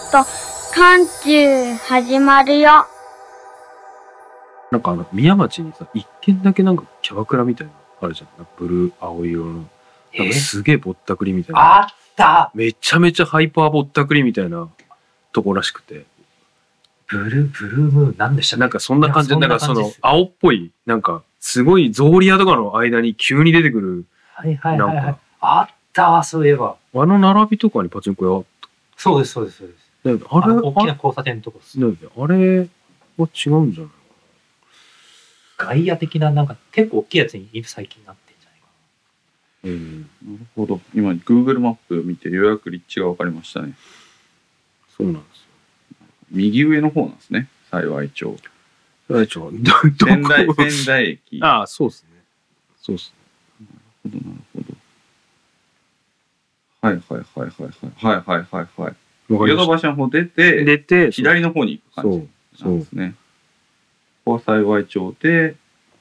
と寒中始まるよ。 なんか宮町にさ、一軒だけなんかキャバクラみたいなのあるじゃん。なんかブルー青色の。なんかすげえぼったくりみたいな。 あっためちゃめちゃハイパーぼったくりみたいなとこらしくて。 ブルームーンなんでしたっけ？ なんかそんな感じで、なんかその青っぽい、なんかすごい草履屋とかの間に急に出てくる。 はいはいはいはい。 なんかあったそういえば。 あの並びとかにパチンコ屋あった。 そうですそうですそうです。 だよねあれ大きな交差点のとこです。 だよねあれは違うんじゃない？ 外野的ななんか結構大きいやつに最近なってんじゃないかなるほど。今 Google マップ見て予約立地が分かりましたね。 そうなんですよ。 右上の方なんですね。幸町。 幸町仙台駅。 ああ、そうですね。そうですね。 なるほど。はいはいはいはいはいはいはいはい。ヨドバシの方出て左の方に行く感じなんですね。ここは幸町で、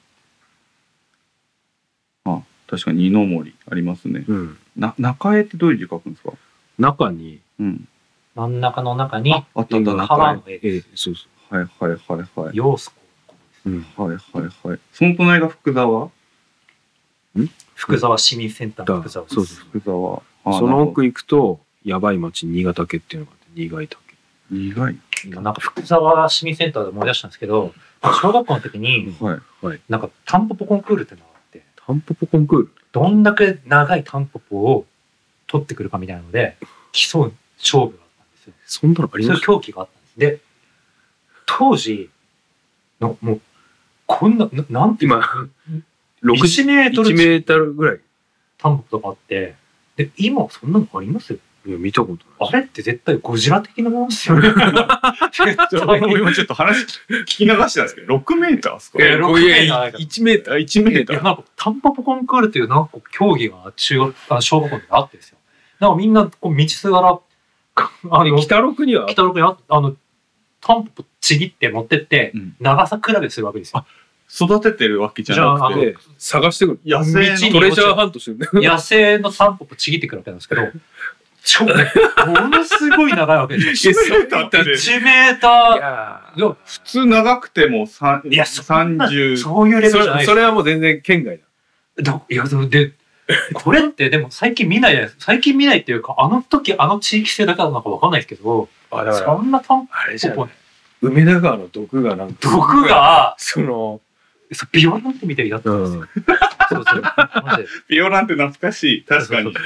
あ、確かに二の森ありますね。 うん。 中江ってどういう字書くんですか？ 中に、 うん、 真ん中の中にあった川の絵。 そうそう。 はいはいはいはい。 陽子。 うん。 はいはいはい。その隣が福沢？ 福沢市民センターの福沢です。 そうそう。 福沢。 その奥行くとやばい町新潟家っていうのがあって、苦い竹。 苦い。 なんか福沢市民センターで思い出したんですけど、小学校の時に、なんかタンポポコンクールってのがあって、 タンポポコンクール？ どんだけ長いタンポポを取ってくるかみたいなので競う勝負があったんですよ。 そんなのありました？ そういう競技があったんです。で、当時のもうこんななんていう今 1メートル 1メートルぐらいタンポポとかあって、で今そんなのあります？ いや見たことない。 あれって絶対ゴジラ的なものですよね。 今ちょっと話聞き流してたんですけど、6メーターですか ？6メーター。 1メーター1メーター。 なんかタンポポコンクールっていうなんか競技が小学校であってですよ。なんかみんなこう道すがら北六にタンポポちぎって持ってって長さ比べするわけですよ。 育ててるわけじゃなくて探してくる。 野生のトレジャーハントしてる。 野生のタンポポちぎってくるわけなんですけど、ものすごい長いわけですよ。1メーター。 普通長くても 30。そういうレベルじゃない。 それはもう全然県外だ。 いやでこれってでも最近見ないっていうか、あの時あの地域性だからなんかわかんないですけど、そんなタンポポ梅田川の毒がなんか毒がそのビオランテみたいになってます。そうビオランテ懐かしい。確かに。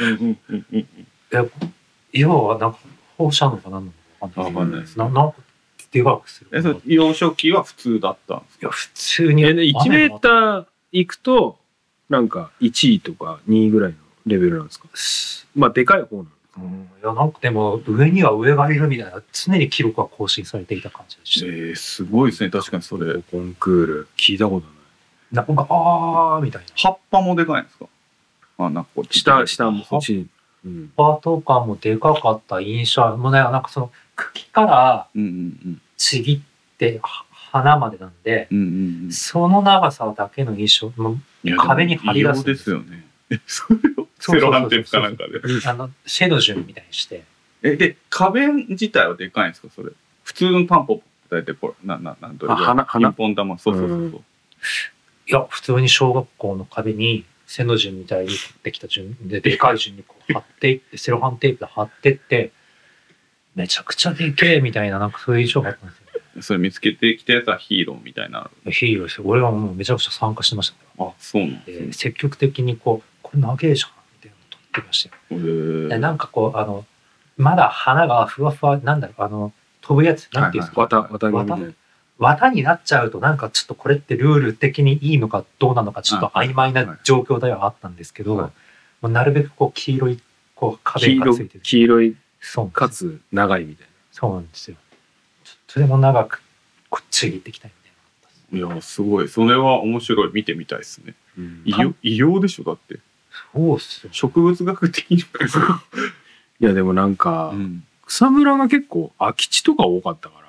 要はなんか放射能かなんのかわかんないです。 なんかでかくする。 幼少期は普通だったんですか？ いや普通に 1メーター行くとなんか1位とか2位ぐらいのレベルなんですか？まあでかい方なんです。 いやなんかでも上には上がいるみたいな、常に記録が更新されていた感じでした。 すごいですね。確かにそれコンクール聞いたことない。 なんかあーみたいな。 葉っぱもでかいんですか？なんか下も葉っぱとかもでかかった印象はもうね、なんかその茎からちぎって花までなんで、その長さだけの印象、壁に貼り出すんですよね。 セロハンテープかなんかでシェドジュンみたいにして。 で花弁自体はでかいんですか？それ普通のタンポポ大体これどれぐらい？ピンポン玉。そう。 いや普通に小学校の壁に背の順みたいに取ってきた順ででかい順にこう貼っていって、セロハンテープで貼ってってめちゃくちゃでけえみたいな、なんかそういう印象があったんですよね。 それ見つけてきたやつはヒーローみたいな。 ヒーローですよ。俺はもうめちゃくちゃ参加してましたから。 あ、そうなんですね。 積極的にこれ長えじゃんみたいなの取ってましたよ。でなんかこうまだ花がふわふわなんだろう、飛ぶやつなんていうんですか、綿になっちゃうとなんかちょっとこれってルール的にいいのかどうなのかちょっと曖昧な状況ではあったんですけど、もうなるべくこう黄色いこう壁がついてる、 黄色いかつ長いみたいな。 そうなんですよ。それも長くこっちぎってきたいみたいな。 いやすごい、それは面白い。見てみたいですね。医療でしょだって。 そうっすよ。 植物学的にいやでもなんか、草むらが結構空き地とか多かったから、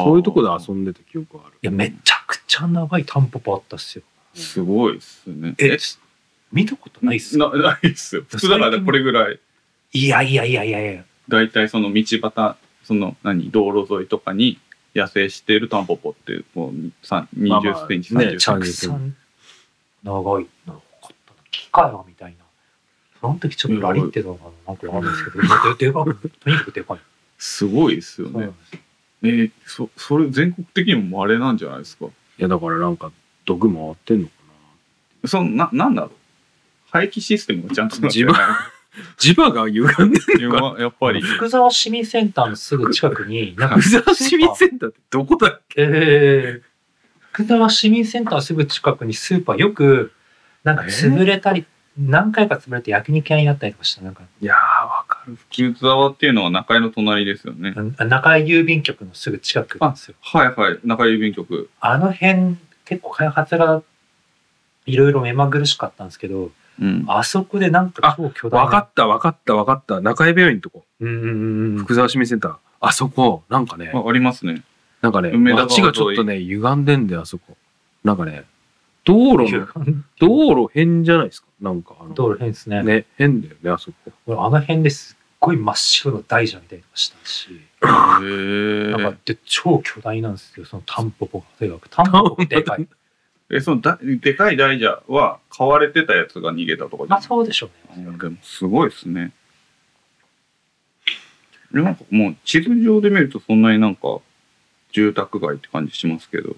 そういうとこで遊んでた記憶ある。 いやめちゃくちゃ長いタンポポあったっすよ。 すごいっすね。 見たことないっすか？ ないっすよ。普通だからこれぐらい。 いやだいたいその道端その道路沿いとかに野生しているタンポポってこう20センチ、30センチ。 長いなかったな。機械はみたいな。その時ちょっとラリってたのかな、なんかあるんですけど、でかく、とにかくでかい。 すごいですよね。それ全国的にも稀なんじゃないですか。いやだからなんか毒回ってんのかな。なんだろう。排気システムがちゃんと磁場が歪んでるのか。 やっぱり。 福沢市民センターのすぐ近くに、 福沢市民センターってどこだっけ？ 福沢市民センターのすぐ近くにスーパーよくなんか潰れたり。何回か潰れて焼肉屋になったりとかした。なんかいやーわかる。 福沢っていうのは中井の隣ですよね。 中井郵便局のすぐ近くなんですよ。 はいはい、中井郵便局。 あの辺結構開発がいろいろ目まぐるしかったんですけど、あそこでなんか超巨大な。 わかった中井病院のとこ。福沢市民センター。あそこなんかね。 ありますね。 なんかね街がちょっとね歪んでんだよあそこ。なんかね。道路変じゃないですか。なんか道路変ですね。 ね、変だよねあそこ。 俺あの辺ですっごい真っ白の大蛇みたいなのしたし。なんかで超巨大なんですよそのタンポポが。とにかくタンポポがでかい。 そのでかい大蛇は飼われてたやつが逃げたとかじゃない？ そうでしょうね。 でもすごいですね。なんかもう地図上で見るとそんなになんか住宅街って感じしますけど。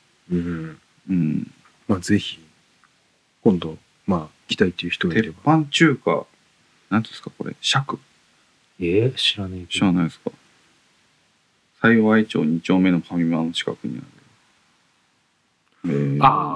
まあぜひ今度まあ来たいっていう人がいれば。 鉄板中華なんですかこれ釈？ 知らない。 知らないですか。幸町2丁目のファミマの近くにある。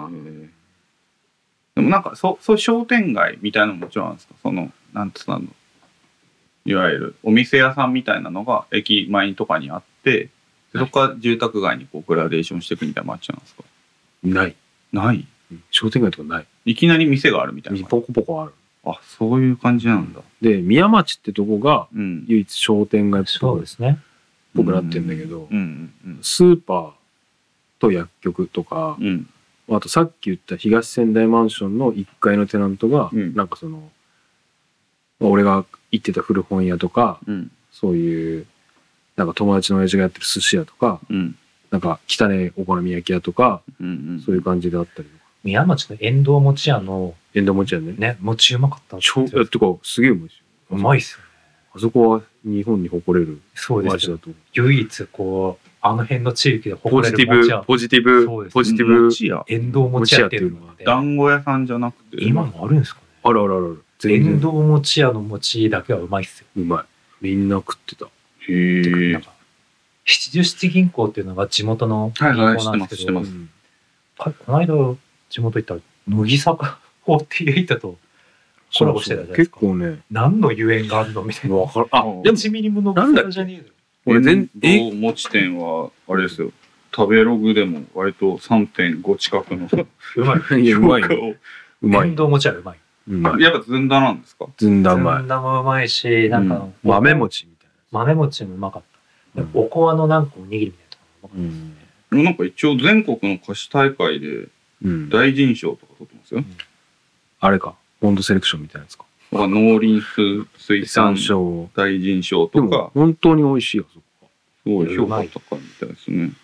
でもなんかそういう商店街みたいなのももちろんあるんですか。そのなんつうのいわゆるお店屋さんみたいなのが駅前とかにあってそこから住宅街にこうグラデーションしていくみたいな街なんですか。ない、 商店街とかない。 いきなり店があるみたいな。 ポコポコある。 あ、そういう感じなんだ。 で宮町ってとこが唯一商店街っぽくなってんだけど、スーパーと薬局とか、あとさっき言った東仙台マンションの1階のテナントが、なんかその俺が行ってた古本屋とか、そういうなんか友達の親父がやってる寿司屋とか、なんか汚いお好み焼き屋とか、そういう感じであったりとか。 宮町の遠藤餅屋のね餅うまかったってかすげえうまいですよ。 うまいっすよね。 あそこは日本に誇れる味だと。 唯一こうあの辺の地域で誇れる餅屋。 ポジティブ遠藤餅屋っていうのが団子屋さんじゃなくて今もあるんですかね。 ある。 遠藤餅屋の餅だけはうまいっすよ。 うまい。みんな食ってた。 へえ。七十七銀行っていうのが地元の銀行なんですけど、この間地元行ったら乃木坂48とコラボしてたじゃないですか。 結構ね。 何のゆえんがあるのみたいな。 わかる。あ、でも 1ミリも乃木坂じゃねえの。 俺遠藤餅店はあれですよ。食べログでも割と 3.5 近くのうまい。 うまい。 遠藤餅はうまい。 やっぱずんだなんですか？ ずんだうまい。 ずんだもうまいし、なんか豆餅みたいな。 豆餅もうまかった。おこわのなんかおにぎりみたいなところもうまかったですね。 なんか一応全国の菓子大会で大臣賞とか取ってますよ。 あれか、モンドセレクションみたいなやつか。 農林水産省大臣賞とか。 本当に美味しいよ、そこ。 すごい評価高いみたいですね。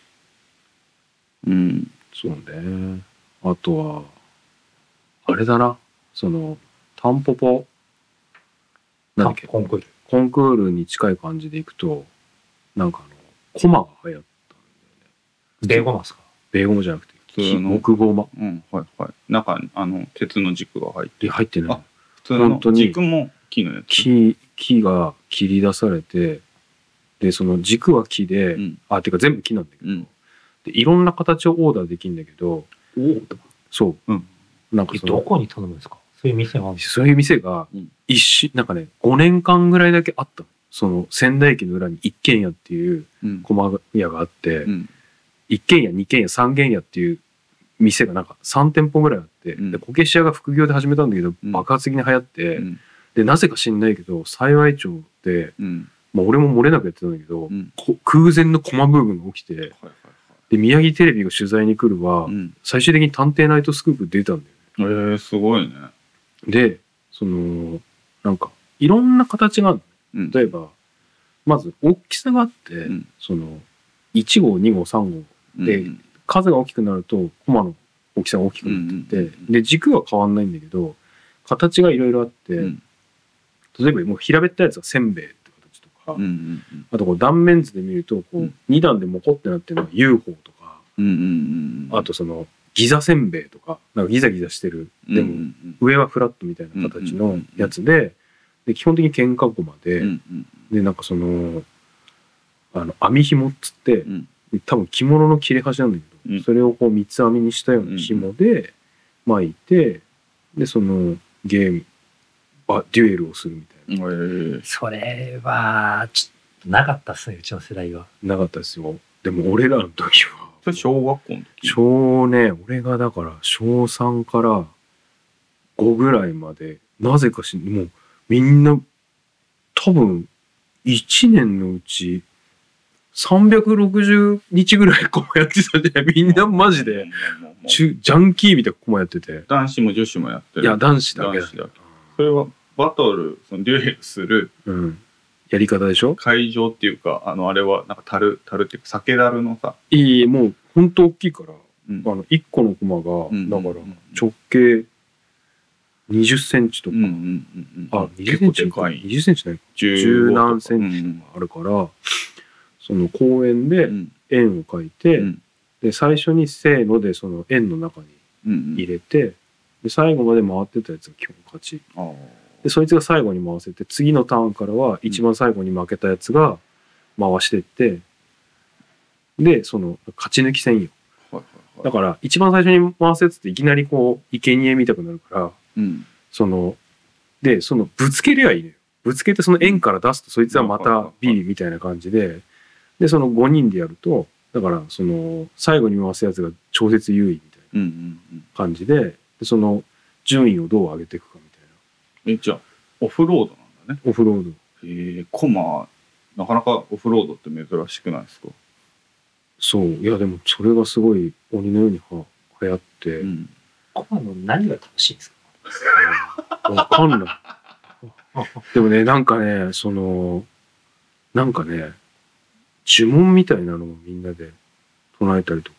そうね。あとは、あれだな、その、タンポポ、なんだっけ、コンクールに近い感じでいくと、なんかコマが流行ったんだよね。ベーゴマですか？ ベーゴマじゃなくて、木ゴマ。 はいはい。中に鉄の軸が入って。 入ってない。 普通の軸も木のやつ。 木が切り出されて、で、その軸は木で、てか全部木なんだけど、でいろんな形をオーダーできるんだけど、そう。 なんかどこに頼むんですか？そういう店があるんですか？ そういう店がなんかね、5年間ぐらいだけあったの。その仙台駅の裏に一軒家っていう駒屋があって、一軒家、二軒家、三軒家っていう店がなんか3店舗ぐらいあって、でこけし屋が副業で始めたんだけど、爆発的に流行って、でなぜか知んないけど幸町で、まあ俺も漏れなくやってたんだけど、空前の駒ブームが起きて、で宮城テレビが取材に来るわ、最終的に探偵ナイトスクープ出たんだよね。 すごいね。 でそのなんかいろんな形があるの。例えばまず大きさがあって、その1号2号3号で、数が大きくなるとコマの大きさが大きくなってて、で軸は変わんないんだけど形がいろいろあって、例えばもう平べったいやつはせんべいって形とか、あとこう断面図で見るとこう2段でモコってなってるのは UFO とか、あとそのギザせんべいとかなんかギザギザしてるでも上はフラットみたいな形のやつで、で基本的に喧嘩駒で、でなんかその網紐っつって、多分着物の切れ端なんだけど、それをこう三つ編みにしたような紐で巻いて、でそのゲームデュエルをするみたいな。 それはちょっとなかったっすね、うちの世代は。 なかったですよ。でも俺らの時はそれ小学校の時？ 俺がだから小3から5ぐらいまでなぜかもうみんな多分1年のうち360日ぐらいコマやってたんで、みんなマジでジャンキーみたいなコマやってて。 男子も女子もやってる。 いや男子だけだ。 それはバトル、そのデュエルする、 やり方でしょ。 会場っていうかあれはなんか樽っていうか酒樽のさ。 もうほんと大きいから、1個のコマがだから直径20センチとか、20センチか20センチないか10何センチとかあるから、その公園で円を描いて、で最初にせーのでその円の中に入れて、で最後まで回ってたやつが基本勝ちで、そいつが最後に回せて、次のターンからは一番最後に負けたやつが回してって、でその勝ち抜き戦よ。だから一番最初に回すやつっていきなりこう生贄見たくなるから、そのぶつけりゃいいのよ。ぶつけてその円から出すとそいつはまたビリみたいな感じで、でその5人でやると、だからその最後に回すやつが超絶優位みたいな感じで、その順位をどう上げていくかみたいな。 じゃあオフロードなんだね。 オフロード。コマなかなかオフロードって珍しくないですか？ そう。いやでもそれがすごい鬼のように流行って、 コマの何が楽しいんですか？わかんない。でもね、なんかね、なんかね、呪文みたいなのをみんなで唱えたりとか、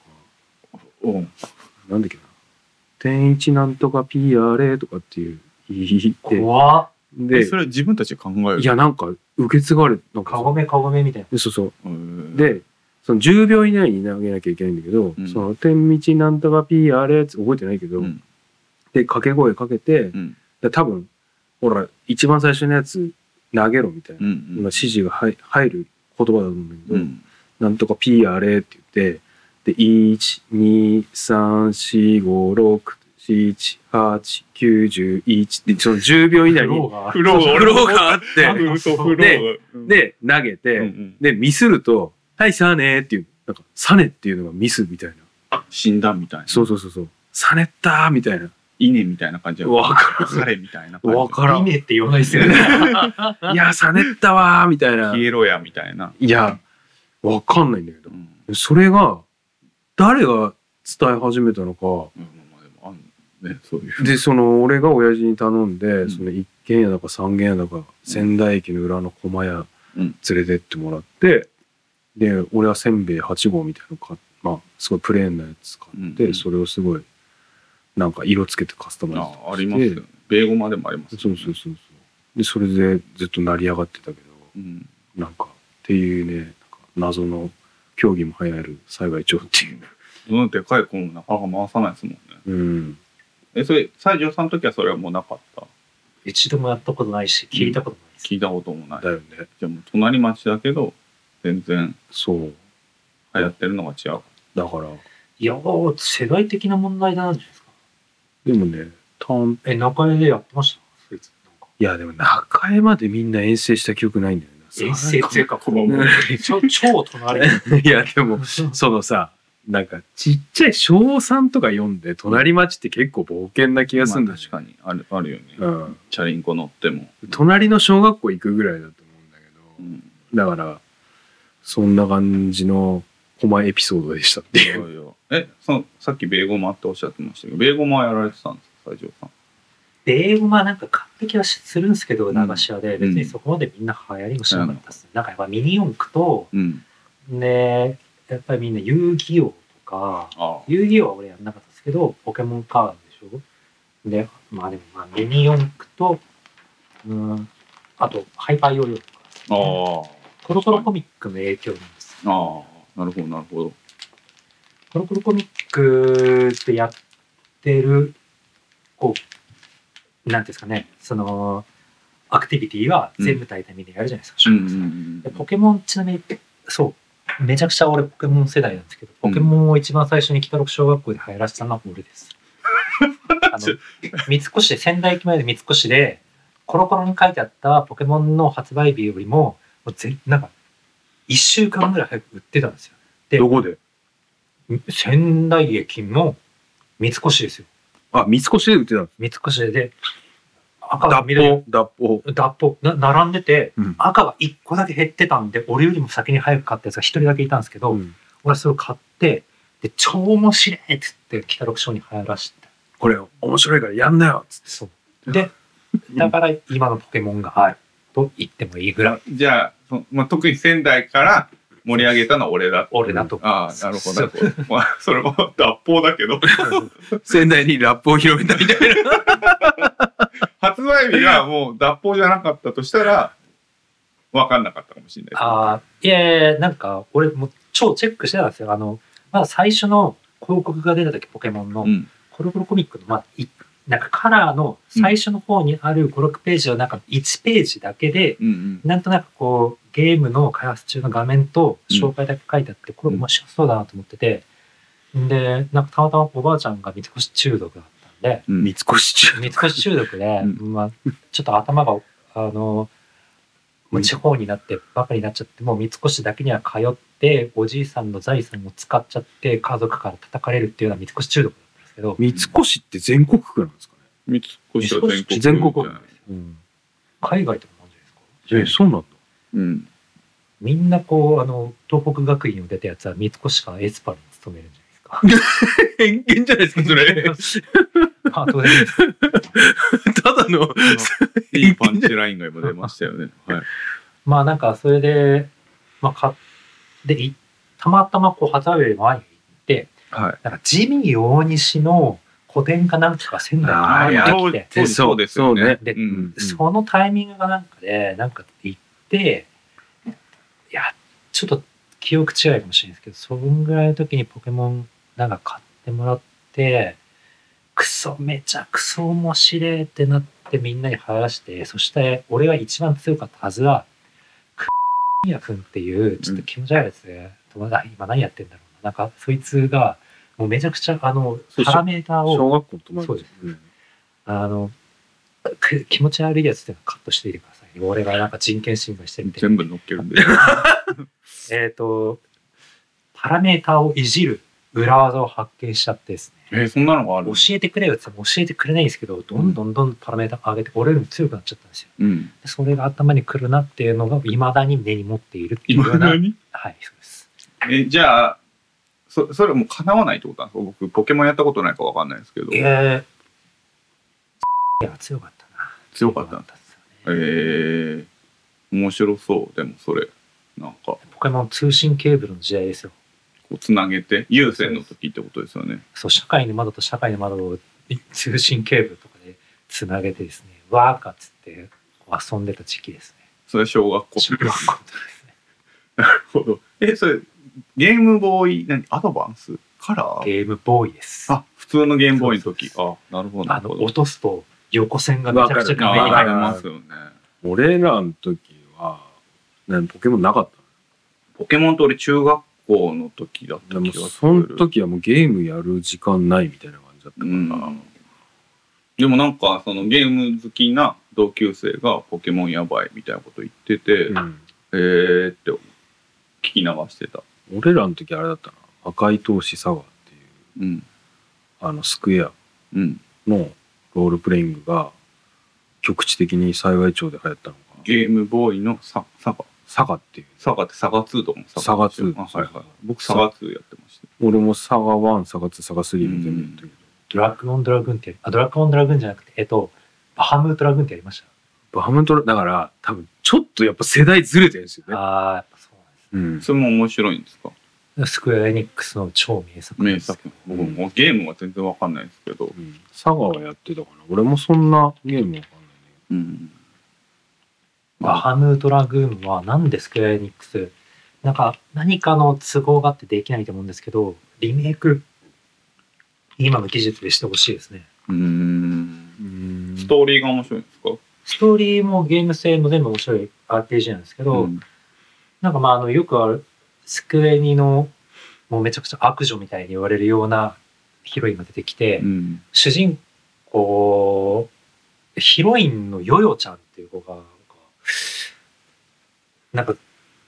なんだっけな、天一なんとか PRA とかっていう言って怖っ。 でそれ自分たちで考える？ いやなんか受け継がれる、なんかかごめみたいな。 そう。でその10秒以内に投げなきゃいけないんだけど、その天道なんとか PRA って覚えてないけど、で掛け声かけて、多分ほら一番最初のやつ投げろみたいな、今指示が入る言葉だと思うんだけど、なんとか PRA って言って、で12345678911ってその10秒以内にフローがあってで投げて、でミスるとはいサネっていう、なんかサネっていうのがミスみたいな、 診断みたいな。 そうサネったーみたいな、 イネみたいな感じでわからん、 サレみたいな感じ、 わからん、 イネって言わないですよね。 いやサネったわーみたいな、 消えろやみたいな。 いやわかんないんだけど、それが誰が伝え始めたのか、でその俺が親父に頼んで、その一軒家だか三軒家だか仙台駅の裏の駒屋連れてってもらって、で俺はせんべい8号みたいなの買って、まあすごいプレーンなやつ買って、それをすごいなんか色つけてカスタマイズして、 ありますよね。ベーゴマでもあります、ね、 そうでそれでずっと成り上がってたけど、なんかっていうね、なんか謎の競技も流行る幸い町っていう。 そのでかいコンなかなか回さないですもんね。それ西条さんの時はそれはもうなかった？ 一度もやったことないし聞いたことないです。 聞いたこともない。 だよね。 じゃあもう隣町だけど全然そう流行ってるのが違う。 だからいや世代的な問題なんじゃないですか。 でもね、 中江でやってました？そいつなんか。 いやでも中江までみんな遠征した記憶ないんだよな。 遠征っていうか超隣。 いやでもそのさ、なんかちっちゃい小3とか読んで隣町って結構冒険な気がするんだよ、 確かにあるよね、チャリンコ乗っても隣の小学校行くぐらいだと思うんだけど、だからそんな感じの狛エピソードでしたっていう。 さっきベーゴマっておっしゃってましたけど、ベーゴマやられてたんですか西条さん？ 英語はなんか完璧はするんですけど、流し屋で、別にそこまでみんな流行りもしなかったですね。なんかやっぱミニ四駆と、で、やっぱりみんな遊戯王とか、遊戯王は俺やんなかったですけど、ポケモンカードでしょ。で、まあでもミニ四駆と、あとハイパーヨーヨーとかですね。コロコロコミックの影響なんです。 なるほど、なるほど。 コロコロコミックってやってる、こう、なんていうんですかね、その、アクティビティは全部大体みんなやるじゃないですか、でポケモン、ちなみに、そう、めちゃくちゃ俺ポケモン世代なんですけど、ポケモンを一番最初に北六小学校で流行らせたのは俺です。三越、仙台駅前で三越で、コロコロに書いてあったポケモンの発売日よりも、なんか、1週間ぐらい早く売ってたんですよ。で、 どこで？ 仙台駅の三越ですよ。 あ、三越で売ってたの？ 三越で、赤が緑、 脱法並んでて、赤が1個だけ減ってたんで、俺よりも先に早く買ったやつが1人だけいたんですけど、俺それを買って、で、超面白いって言って、北六小に流行らして。 これ面白いからやんなよっつって。 そう。で、だから今のポケモンがあると言ってもいいぐらい。 じゃあ、特に仙台から盛り上げたのは俺だと思う。ああ、なるほど。まあ、それも脱法だけど。 仙台にラップを広めたみたいな。 発売日がもう脱法じゃなかったとしたら、分かんなかったかもしれない。 いやなんか、俺も超チェックしてたんですよ。まだ最初の広告が出た時、ポケモンの、コロコロコミックの、なんかカラーの最初の方にある5、6ページをなんか1ページだけで、なんとなくこうゲームの開発中の画面と紹介だけ書いてあって、これ面白そうだなと思ってて、で、なんかたまたまおばあちゃんが三越中毒だったんで、 三越中毒で、まあ、ちょっと頭が、もう地方になってバカになっちゃって、もう三越だけには通って、おじいさんの財産を使っちゃって、家族から叩かれるっていうのは三越中毒。 三越って全国区なんですかね。 三越は全国区。 海外とかもあるじゃないですか。そうなんだ。 みんなこう東北学院を出たやつは三越かエスパルに勤めるんじゃないですか。 偏見じゃないですかそれ。 まあ当然です。 ただのいいパンチラインが今出ましたよね。はい。 まあなんかそれでたまたまこう発売日前に行って。なんか地味大西の個展かなんか仙台に行ってきて、 そうですよね。 で、そのタイミングがなんかで行って、いやちょっと記憶違いかもしれないですけど、そんぐらいの時にポケモンなんか買ってもらって、めちゃくそ面白いってなってみんなに流行らして、そして俺が一番強かったはずはヤくんっていうちょっと気持ち悪いやつで、今何やってんだろうな、なんかそいつがもうめちゃくちゃパラメーターを小学校の友達、 そうです、気持ち悪いやつっていうのをカットしていてください。俺がなんか人権侵害してるみたいな。 全部乗っけるんで。 パラメーターをいじる裏技を発見しちゃってですね。 そんなのがある？ 教えてくれよって言っても教えてくれないんですけど、どんどんパラメーター上げて、俺よりも強くなっちゃったんですよ。それが頭にくるなっていうのが未だに根に持っているっていうような。はい、そうです。 じゃあそれもう叶わないってことなんですか？僕ポケモンやったことないかわかんないですけど。 いや強かったな。 強かったんですね。面白そう。でもそれなんかポケモン通信ケーブルの時代ですよ。 こうつなげて有線の時ってことですよね。 そう、社会の窓と社会の窓を通信ケーブルとかでつなげてですね、わーかっつって遊んでた時期ですね。 それ小学校。 小学校ですね。 なるほど。それゲームボーイアドバンスカラー？ ゲームボーイです。 普通のゲームボーイの時。なるほど。 落とすと横線がめちゃくちゃ画面に入りますよね。 俺らの時はポケモンなかった。 ポケモンと俺中学校の時だった気がする。 その時はもうゲームやる時間ないみたいな感じだったから。 でもなんかそのゲーム好きな同級生がポケモンやばいみたいなこと言ってて、って聞き流してた。 俺らの時あれだったな、赤い闘士サガっていう、スクエアのロールプレイングが局地的に幸町で流行ったのか。 ゲームボーイのサガっていう。 サガってサガ2ともサガ2。 はいはい。僕サガ2やってました。 俺もサガ1、サガ2、サガ3も全部やったけど。 ドラッグオンドラグーンってドラッグオンドラグーンじゃなくてバハムートラグーンってやりました？ バハムートラ、だから多分ちょっとやっぱ世代ずれてるんですよね。 ああ、やっぱそうなんです。 それも面白いんですか？ スクエアエニックスの超名作。 名作。僕もゲームは全然わかんないですけど。 サガはやってたかな。俺もそんなゲームわかんないね。 バハムートラグーンはなんでスクエアエニックスなんか何かの都合があってできないと思うんですけど、リメイク今の技術でしてほしいですね。 ストーリーが面白いんですか？ ストーリーもゲーム性も全部面白い RPG なんですけど、なんかまあよくあるスクエニのもうめちゃくちゃ悪女みたいに言われるようなヒロインが出てきて、主人公ヒロインのヨヨちゃんっていう子がなんか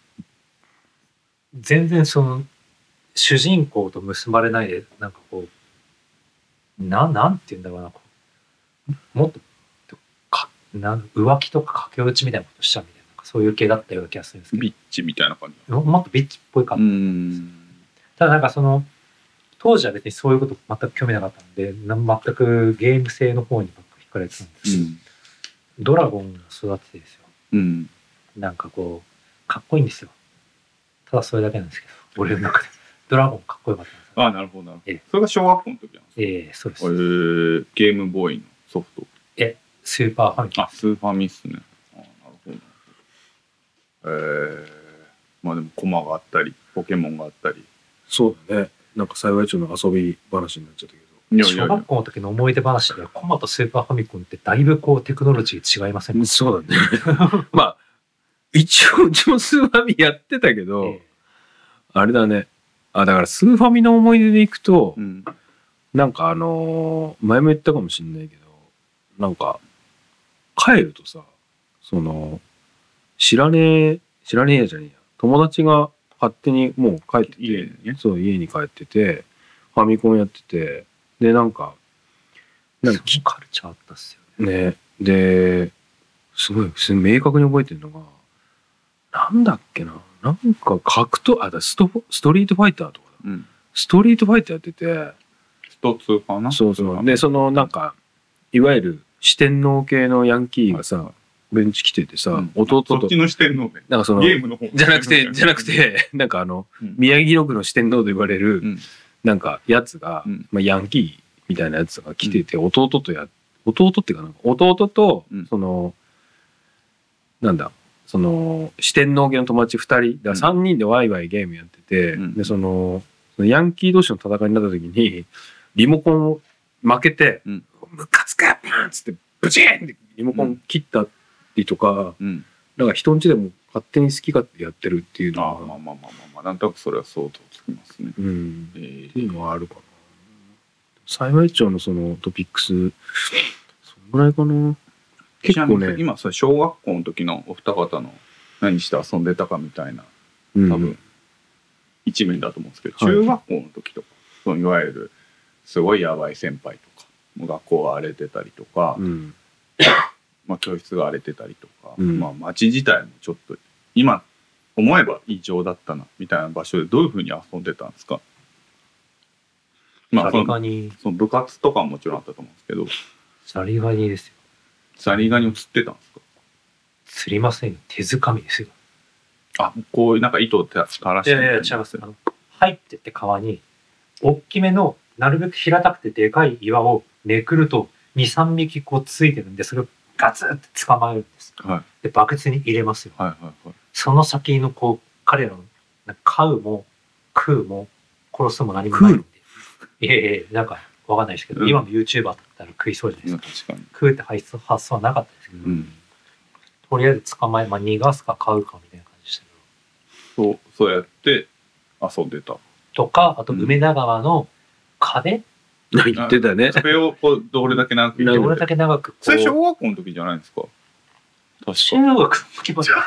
全然その主人公と結ばれないでなんかこうなんて言うんだろうな、もっと浮気とか駆け落ちみたいなことしちゃうみたいな、そういう系だったような気がするんですけど、 ビッチみたいな感じ。 もっとビッチっぽいかったんです。ただなんかその当時は別にそういうこと全く興味なかったので、全くゲーム性の方にばっかり惹かれてたんですけど、ドラゴンを育ててですよ、なんかこうかっこいいんですよ。ただそれだけなんですけど、俺の中でドラゴンかっこよかったんです。 ああ、なるほどなるほど。それが小学校の時なんですか？そうです。 ゲームボーイのソフト。 スーパーファミコン。 スーファミっすね。なるほど。まあでもコマがあったりポケモンがあったり。 そうだね。なんか幸い町の遊び話になっちゃったけど。 小学校の時の思い出話でコマとスーパーファミコンってだいぶこうテクノロジー違いませんか？ そうだね。まあ一応うちもスーファミやってたけど、あれだね。だからスーファミの思い出でいくと、なんか前も言ったかもしれないけど、なんか帰るとさ、その知らねえやじゃねえや、友達が勝手にもう帰ってて、そう家に帰っててファミコンやってて、でなんかカルチャーあったっすよね。ですごい明確に覚えてるのがなんだっけな、なんか格闘ストリートファイターとかだ、ストリートファイターやってて、 スト2かな。 そうでそのなんかいわゆる四天王系のヤンキーがさ、ベンチ来ててさ、弟とそっちの四天王でなんかそのゲームの方じゃなくてなんか宮城野区の四天王と言われるなんかやつが、ヤンキーみたいなやつが来てて、弟っていうかなんか弟とそのなんだその四天王系の友達2人だ3人でワイワイゲームやってて、でそのヤンキー同士の戦いになった時にリモコンを負けてムカつくパンっつってブチーンってリモコン切ったりとか、なんか人ん家でも勝手に好き勝手やってるっていうのはまあなんとなくそれは想像つきますね。 っていうのはあるかな。幸町のそのトピックスそのぐらいかな。 結構ね、今それ小学校の時のお二方の何して遊んでたかみたいな多分一面だと思うんですけど、中学校の時とかそのいわゆるすごいやばい先輩とかもう学校が荒れてたりとか、まあ教室が荒れてたりとか、まあ街自体もちょっと今思えば異常だったなみたいな場所でどういうふうに遊んでたんですか？まあその部活とかももちろんあったと思うんですけど。 ザリガニですよ。 ザリガニを釣ってたんですか？ 釣りませんよ。手づかみですよ。 こういうなんか糸を垂らして。 いや違います。入ってって川に大きめのなるべく平たくてでかい岩をめくると 2,3 匹こうついてるんで、それをガツッて捕まえるんです。でバケツに入れますよ。その先のこう彼らの飼うも食うも殺すも何もないんで。なんかわかんないですけど、今の YouTuber だったら食いそうじゃないですか。食うって発想はなかったですけど、とりあえず捕まえ、逃がすか飼うかみたいな感じでしたけど。そうやって遊んでた。 とか、あと梅田川の壁、 言ってたね。 壁をこうどれだけ長く。それ小学校の時じゃないんですか？ 確か中学の時もじゃ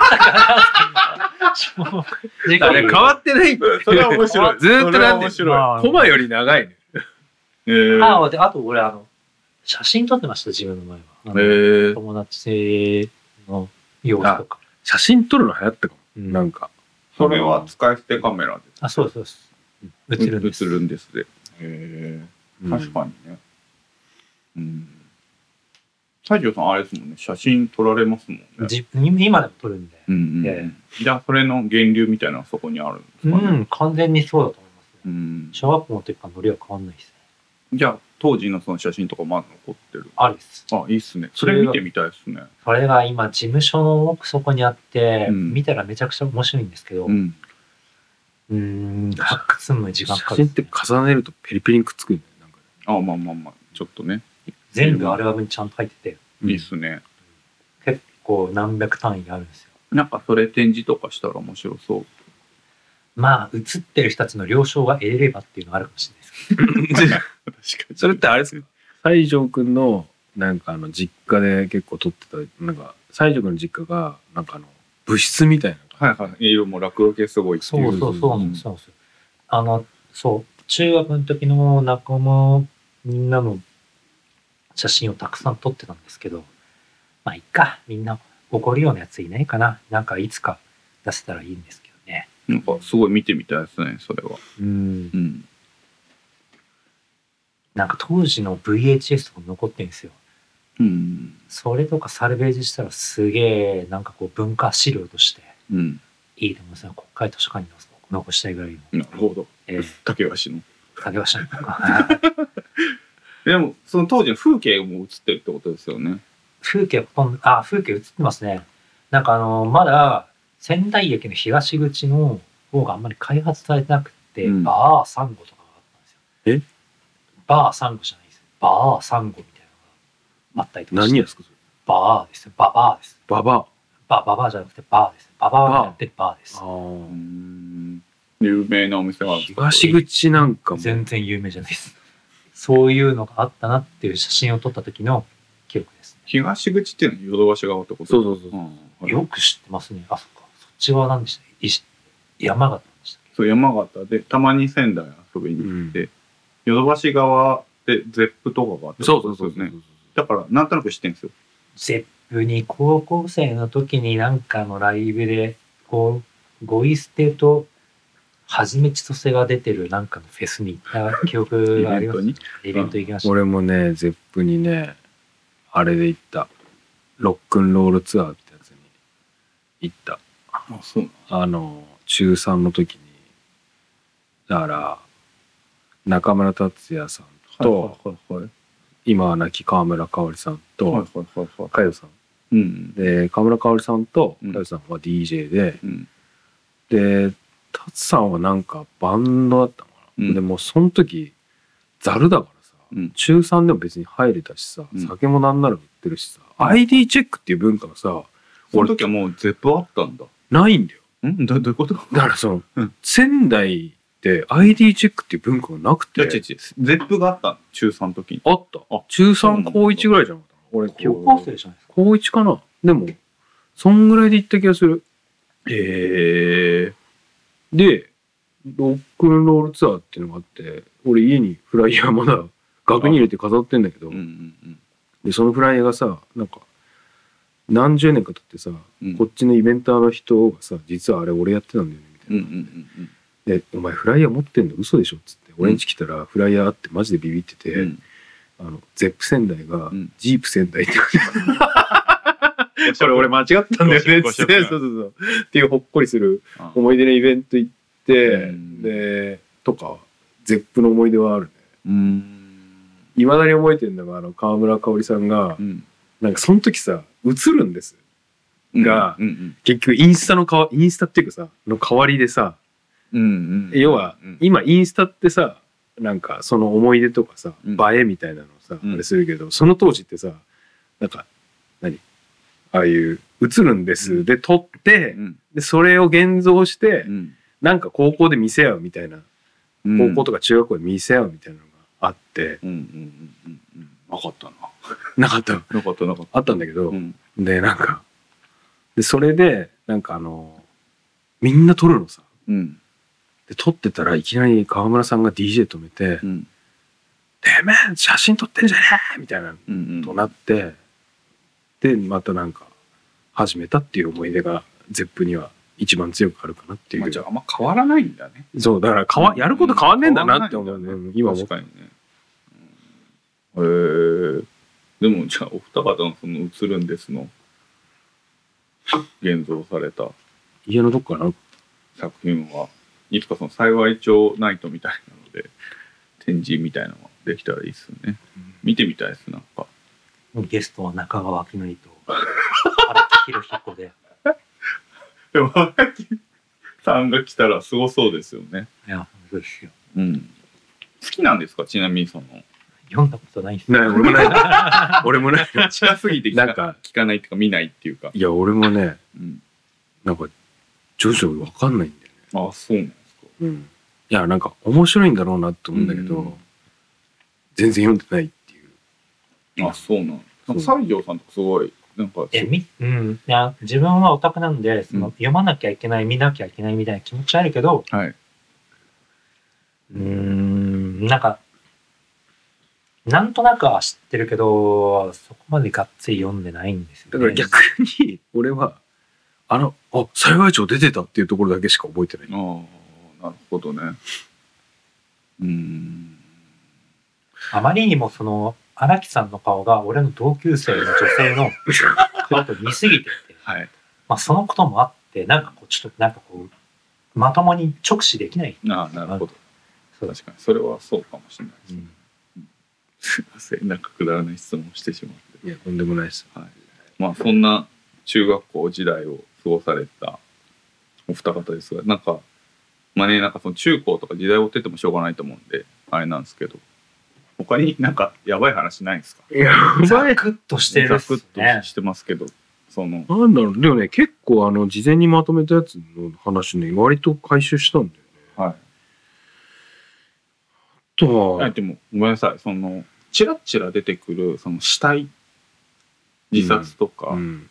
あれ変わってない。 それは面白い。 ずっとなんでコマより長いね。 あと俺写真撮ってました、自分の前は。友達の様子とか。 写真撮るの流行ったかも。なんかそれは使い捨てカメラです。 そうです。映るんですで。確かにね。 西条さんあれですもんね、写真撮られますもんね。 今でも撮るんで、 じゃあそれの源流みたいなのがそこにあるんですかね。 完全にそうだと思いますね。小学校の時からノリは変わんないですね。 じゃあ当時のその写真とかまだ残ってる？ あるです。 いいっすね。それ見てみたいですね。 それが今事務所の奥底にあって、見たらめちゃくちゃ面白いんですけど、発掘の時間かかる。 写真って重ねるとペリペリにくっつくんだよ。 まあちょっとね。 全部アルバムにちゃんと入ってて、 いいっすね。 結構何百単位あるんですよ。 なんかそれ展示とかしたら面白そう。 まあ写ってる人たちの了承が得れればっていうのがあるかもしれないですけど。確かに。それってあれですか？西条くんのなんか実家で結構撮ってた、なんか西条くんの実家がなんか部室みたいな。 色も落書きすごいっていう。 そう中学の時の仲間みんなの写真をたくさん撮ってたんですけど、まあいっか、みんな怒るようなやついないかな。なんかいつか出せたらいいんですけどね。 なんかすごい見てみたいですね、それは。 なんか当時の VHS とか残ってるんですよ。それとかサルベージしたらすげえなんかこう文化資料としていいと思いますね。国会図書館に残したいぐらいの。 なるほど。竹橋の。 竹橋のとか。 でもその当時の風景も映ってるってことですよね。 風景映ってますね。なんかまだ仙台駅の東口の方があんまり開発されてなくて、バーサンゴとかがあったんですよ。バーサンゴじゃないです。バーサンゴみたいなのがあったりとかして。 何ですかそれ？ バーですよ。バーです。 ババーじゃなくてバーです。ババーやってるバーです。 有名なお店は東口なんかも全然有名じゃないです。そういうのがあったなっていう写真を撮った時の記憶ですね。 東口っていうのはヨドバシ側ってこと？ そうよく知ってますね。そっか。そっち側なんでした。山形でしたっけ？ そう、山形でたまに仙台遊びに行って、ヨドバシ側でゼップとかがあって、そうね。だからなんとなく知ってるんですよ。 ゼップに高校生の時になんかのライブでゴイステとはじめちとせが出てるなんかのフェスに行った記憶があります。イベント行きました。 俺もねゼップにねあれで行った。ロックンロールツアーってやつに行った。中3の時にだから中村達也さんと、今は亡き川村香織さんと佳代さん、で川村香織さんと佳代さんは DJ で、で達さんはなんかバンドだったのかな、でもその時ザルだからさ、中3でも別に入れたしさ、酒もなんなら売ってるしさ、ID チェックっていう文化がさ、 その時はもうゼップあったんだ。 ないんだよ。 どういうこと？ だからその、仙台で ID チェックっていう文化がなくて。 ゼップがあったの？中3の時に。 あった。中3高1ぐらいじゃなかった。俺高校生じゃないですか。 高1かな。でもそんぐらいで行った気がする。でロックンロールツアーっていうのがあって、俺家にフライヤーまだ額に入れて飾ってんだけど、でそのフライヤーがさ、なんか何十年か経ってさ、こっちのイベンターの人がさ、実はあれ俺やってたんだよねみたいな。でお前フライヤー持ってんの嘘でしょっつって俺ん家来たらフライヤーあってマジでビビってて、ゼップ仙台がジープ仙台ってこれ俺間違ったんだよねっつって、そうっていうほっこりする思い出のイベント行って、でとかゼップの思い出はあるね。いまだに覚えてるのが川村香織さんが、なんかその時さ映るんですが、結局インスタっていうかさの代わりでさ、要は今インスタってさなんかその思い出とかさ、映えみたいなのさ、あれするけど、その当時ってさなんかああいう映るんですで撮って、でそれを現像して、なんか高校で見せ合うみたいな、高校とか中学校で見せ合うみたいなのがあって、 なかったな。 なかったあったんだけど、でなんかでそれでなんかみんな撮るのさ、で撮ってたらいきなり川村さんが DJ 止めて「てめえ写真撮ってんじゃねえ!」みたいなとなって、でまたなんか始めたっていう思い出がゼップには一番強くあるかなっていう。 じゃああんま変わらないんだね。 そうだからやること変わんねえんだなって思うね、今も。 確かにね。 でもじゃあお二方のその映るんですの現像された家のどっかな作品はいつかその幸町ナイトみたいなので展示みたいなのができたらいいですよね、見てみたいですなんか。 ゲストは中川明典と荒木博彦で。 でも荒木さんが来たらすごそうですよね。 いや本当ですよ。 うん。好きなんですか、ちなみにその。 読んだことないっす。 ない、俺もない。俺もない。 近すぎてなんか聞かないっていうか見ないっていうか。 いや俺もね、 うん、 なんか徐々に分かんないんだよね。 あ、そうなんですか。 うん。いやなんか面白いんだろうなって思うんだけど、全然読んでないっていう。 あ、そうなん。なんか西条さんとかすごいなんかいや自分はオタクなんでその、読まなきゃいけない見なきゃいけないみたいな気持ちあるけど、 はい、 なんかなんとなくは知ってるけどそこまでがっつり読んでないんですよね。 だから逆に俺は幸町出てたっていうところだけしか覚えてない。 ああ、なるほどね。 あまりにもその荒木さんの顔が俺の同級生の女性の顔と似すぎてて、 はい、 まあそのこともあってなんかこうちょっとなんかこうまともに直視できない。 ああ、なるほど。確かにそれはそうかもしれないですね。すいません、なんかくだらない質問してしまって。 いやとんでもないです。 はい、まあそんな中学校時代を過ごされたお二方ですが、なんかまあね、なんかその中高とか時代を追っててもしょうがないと思うんであれなんですけど、他になんかやばい話ないんですか？ ザクッとしてるっすね。 ザクッとしてますけど、そのなんだろう、でもね結構事前にまとめたやつの話ね割と回収したんだよね。 はい。 あとはでもごめんなさい、そのチラッチラ出てくるその死体、自殺とか、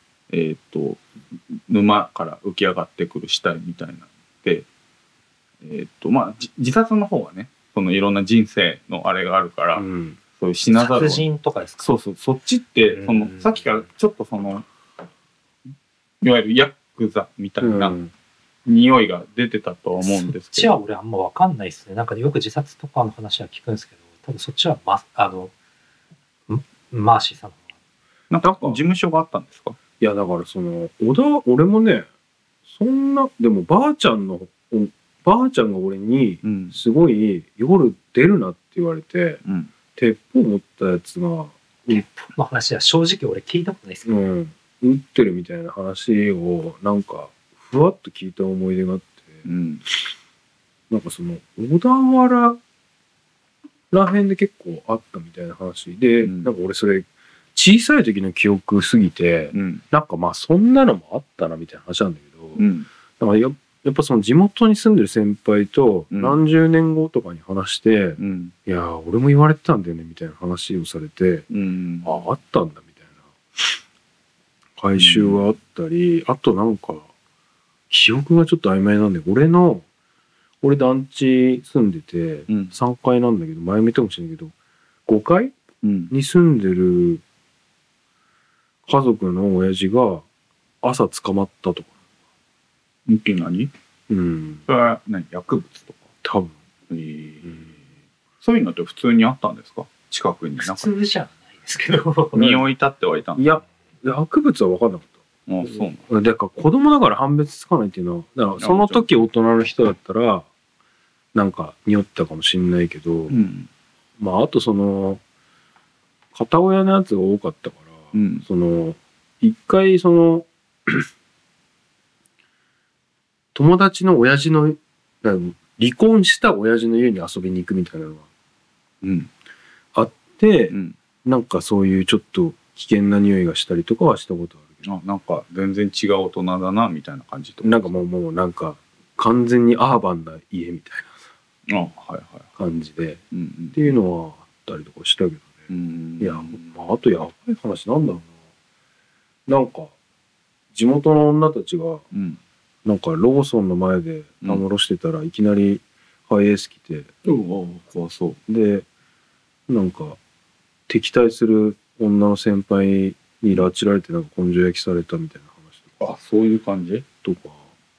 沼から浮き上がってくる死体みたいなので、まあ自殺の方はね、そのいろんな人生のあれがあるから、そういう死なざるを殺人とかですか？ そうそう、そっちってそのさっきからちょっとそのいわゆるヤクザみたいな匂いが出てたとは思うんですけど、 そっちは俺あんま分かんないですね。なんかよく自殺とかの話は聞くんですけど、多分そっちはマーシーさんのなんか事務所があったんですか？ いやだからその俺もねそんなでもばあちゃんが俺にすごい夜出るなって言われて、鉄砲持ったやつが鉄砲の話は正直俺聞いたことないですけど、 撃ってるみたいな話をなんかふわっと聞いた思い出があって、なんかその小田原らへんで結構あったみたいな話で、なんか俺それ小さい時の記憶すぎて、なんかまあそんなのもあったなみたいな話なんだけど、だからやっぱその地元に住んでる先輩と何十年後とかに話して、いや俺も言われてたんだよねみたいな話をされて、あったんだみたいな回収があったり、あとなんか記憶がちょっと曖昧なんで、俺団地住んでて3階なんだけど、前見たかもしれないけど5階に住んでる家族の親父が朝捕まったとか。 いきなり？それは薬物とか？ 多分。 そういうのって普通にあったんですか？近くに。 普通じゃないですけど。 匂い立ってはいたんですか？ いや、薬物は分かんなかった。 あ、そうなんだから子供だから判別つかないっていうのは、だからその時大人の人だったらなんか匂ってたかもしれないけど、まああとその片親のやつが多かったから、その一回その友達の親父の離婚した親父の家に遊びに行くみたいなのがあって、なんかそういうちょっと危険な匂いがしたりとかはしたことあるけど、 なんか全然違う大人だなみたいな感じとか、 なんかもうなんか完全にアーバンな家みたいな感じで、っていうのはあったりとかしたけどね。いや、まあ、あとやばい話なんだろうな。なんか地元の女たちがなんかローソンの前でたむろしてたらいきなりハイエース来て、 怖そうでなんか敵対する女の先輩に拉致られてなんか根性焼きされたみたいな話とか。 あ、そういう感じとか、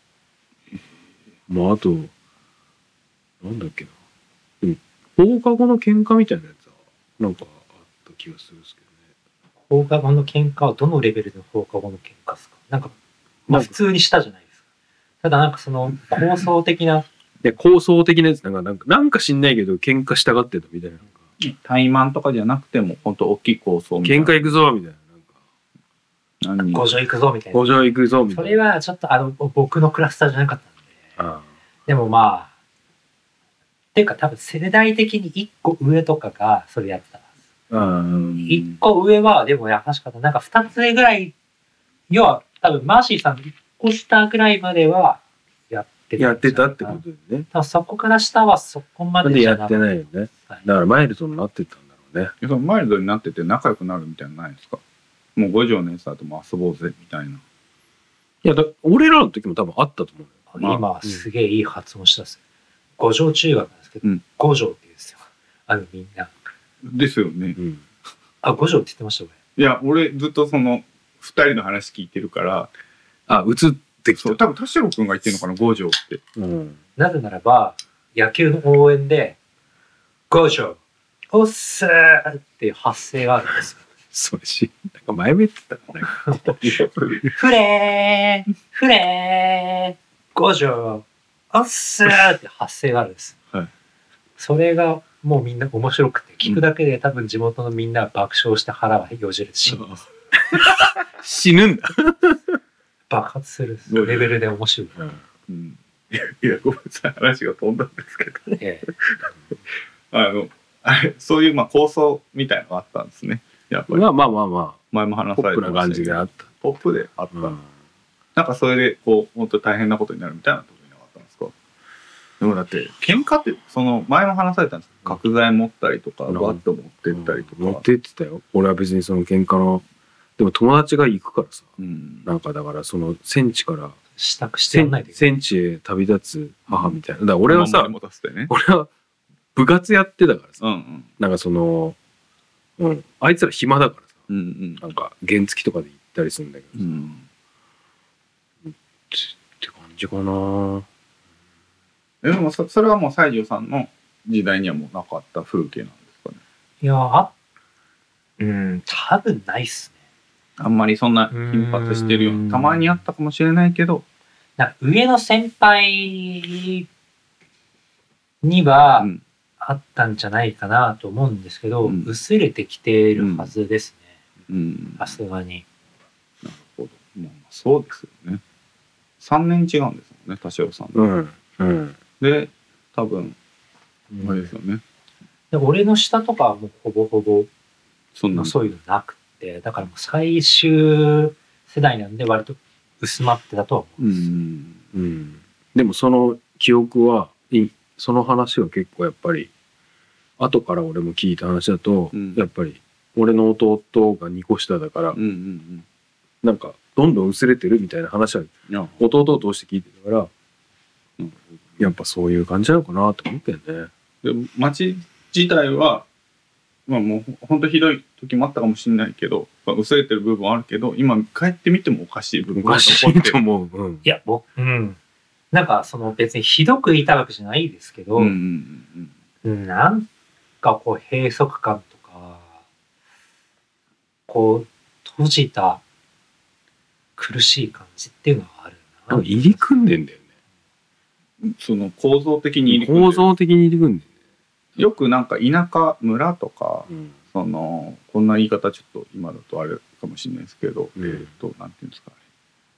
まああとなんだっけな、でも放課後の喧嘩みたいなやつはなんかあった気がするんですけ放課後の喧嘩はどのレベルでの放課後の喧嘩ですか？なんか、まあ普通にしたじゃないですか。ただなんかその構想的な。 構想的なやつなんか知んないけど喧嘩したがってたみたいな。 怠慢とかじゃなくても本当大きい構想みたいな。 喧嘩行くぞみたいな。 五条行くぞみたいな。 五条行くぞみたいな。 それはちょっと僕のクラスターじゃなかったんで。でもまあ、っていうか多分世代的に1個上とかがそれやってた。1個上はでも優しかった。なんか2つ上ぐらい、要は多分マーシーさん1個下ぐらいまではやってたってことだよね。 そこから下はそこまでじゃなくて。 やってないよね。だからマイルドになってたんだろうね。 そのマイルドになってて仲良くなるみたいなのないですか？もう五条のやつだともう遊ぼうぜみたいな。いや俺らの時も多分あったと思うよ。今すげえいい発音したっす。五条中学なんですけど、五条って言うんですよ。みんな。 ですよね。 五条って言ってました俺。 いや俺ずっとその2人の話聞いてるから。 映ってきた。 多分田代くんが言ってるのかな五条って。 なぜならば野球の応援で五条おっすーっていう発声があるんですよ。 それなんか前も言ってたかフレー五条おっすーって発声があるんです。それがもうみんな面白くて聞くだけで多分地元のみんなは爆笑して腹がよじれて死ぬんです。 死ぬんだ。 爆発するレベルで面白い。 いやごめんなさい話が飛んだんですけど、そういう構想みたいなのがあったんですね。やっぱりまあ前も話されてましたけど、ポップな感じであった。ポップであった。なんかそれでこう本当大変なことになるみたいなことになかったんですか？でもだって喧嘩ってその前も話されたんですけど、角材持ったりとかバット持ってったりとか。 持ってってたよ。俺は別にその喧嘩のでも友達が行くからさ、なんかだからその戦地から支度してないで戦地へ旅立つ母みたいな。だから俺はさ、俺は部活やってたからさ、なんかその、あいつら暇だからさ、なんか原付とかで行ったりするんだけどさ、って感じかな。 でもそれはもう西条さんの時代にはもうなかった風景なんですかね？ いや多分ないっすね。 あんまりそんな頻発してるような、たまにあったかもしれないけど、 なんか上の先輩にはあったんじゃないかなと思うんですけど、薄れてきてるはずですね。さすがに。 なるほど。まあそうですよね。3年違うんですもんね、田代さん。で、多分あれですよね。 で俺の下とかはもうほぼほぼそういうのなくて、だからもう最終世代なんで割と薄まってたとは思うんです。 でもその記憶はその話は結構やっぱり後から俺も聞いた話だと、やっぱり俺の弟が2個下だから、なんかどんどん薄れてるみたいな話は弟を通して聞いてたから、やっぱそういう感じなのかなと思ったよね。 で町自体はまあもう本当ひどい時もあったかもしれないけど、薄れてる部分はあるけど、今帰ってみてもおかしい部分が残ってると思う。 いやなんかその別にひどく言いたわけじゃないですけど、なんかこう閉塞感とか、こう閉じた苦しい感じっていうのはあるな。 入り組んでんだよね。その構造的に入り組んでる。構造的に入り組んでる。 よくなんか田舎村とか、そのこんな言い方ちょっと今だとあれかもしれないですけど、なんていうんですかね。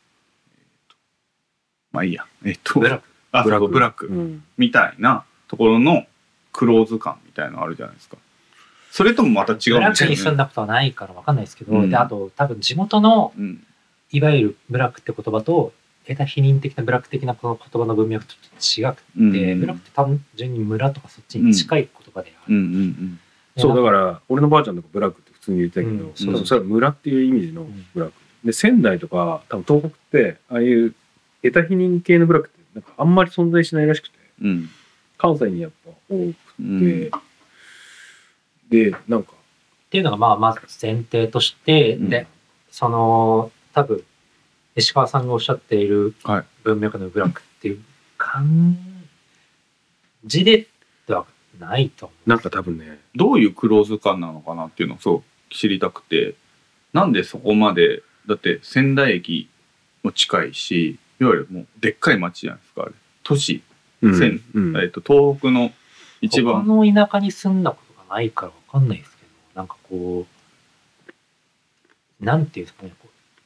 まあいいや。ブラックみたいなところのクローズ感みたいなのあるじゃないですか。それともまた違うんですよね。 ブラックに住んだことはないから分かんないですけど、であと多分地元の、いわゆるブラックって言葉と否認的なブラック的なこの言葉の文脈とちょっと違くて、ブラックって単純に村とかそっちに近い言葉である。 そうだから俺のばあちゃんとかブラックって普通に言ってたけど、それは村っていう意味でのブラックで、仙台とか多分東北ってああいう否認系のブラックってなんかあんまり存在しないらしくて、関西にやっぱ多くて、でなんかっていうのがまず前提として、でその多分石川さんがおっしゃっている文脈のブラックっていう感じではないと思う。 なんか多分ね、 どういうクローズ感なのかなっていうのをそう知りたくて、 なんでそこまで、だって仙台駅も近いし、いわゆるもうでっかい町じゃないですか、あれ。都市、東北の一番。 他の田舎に住んだことがないからわかんないですけど、なんかこう、なんていうんですかね、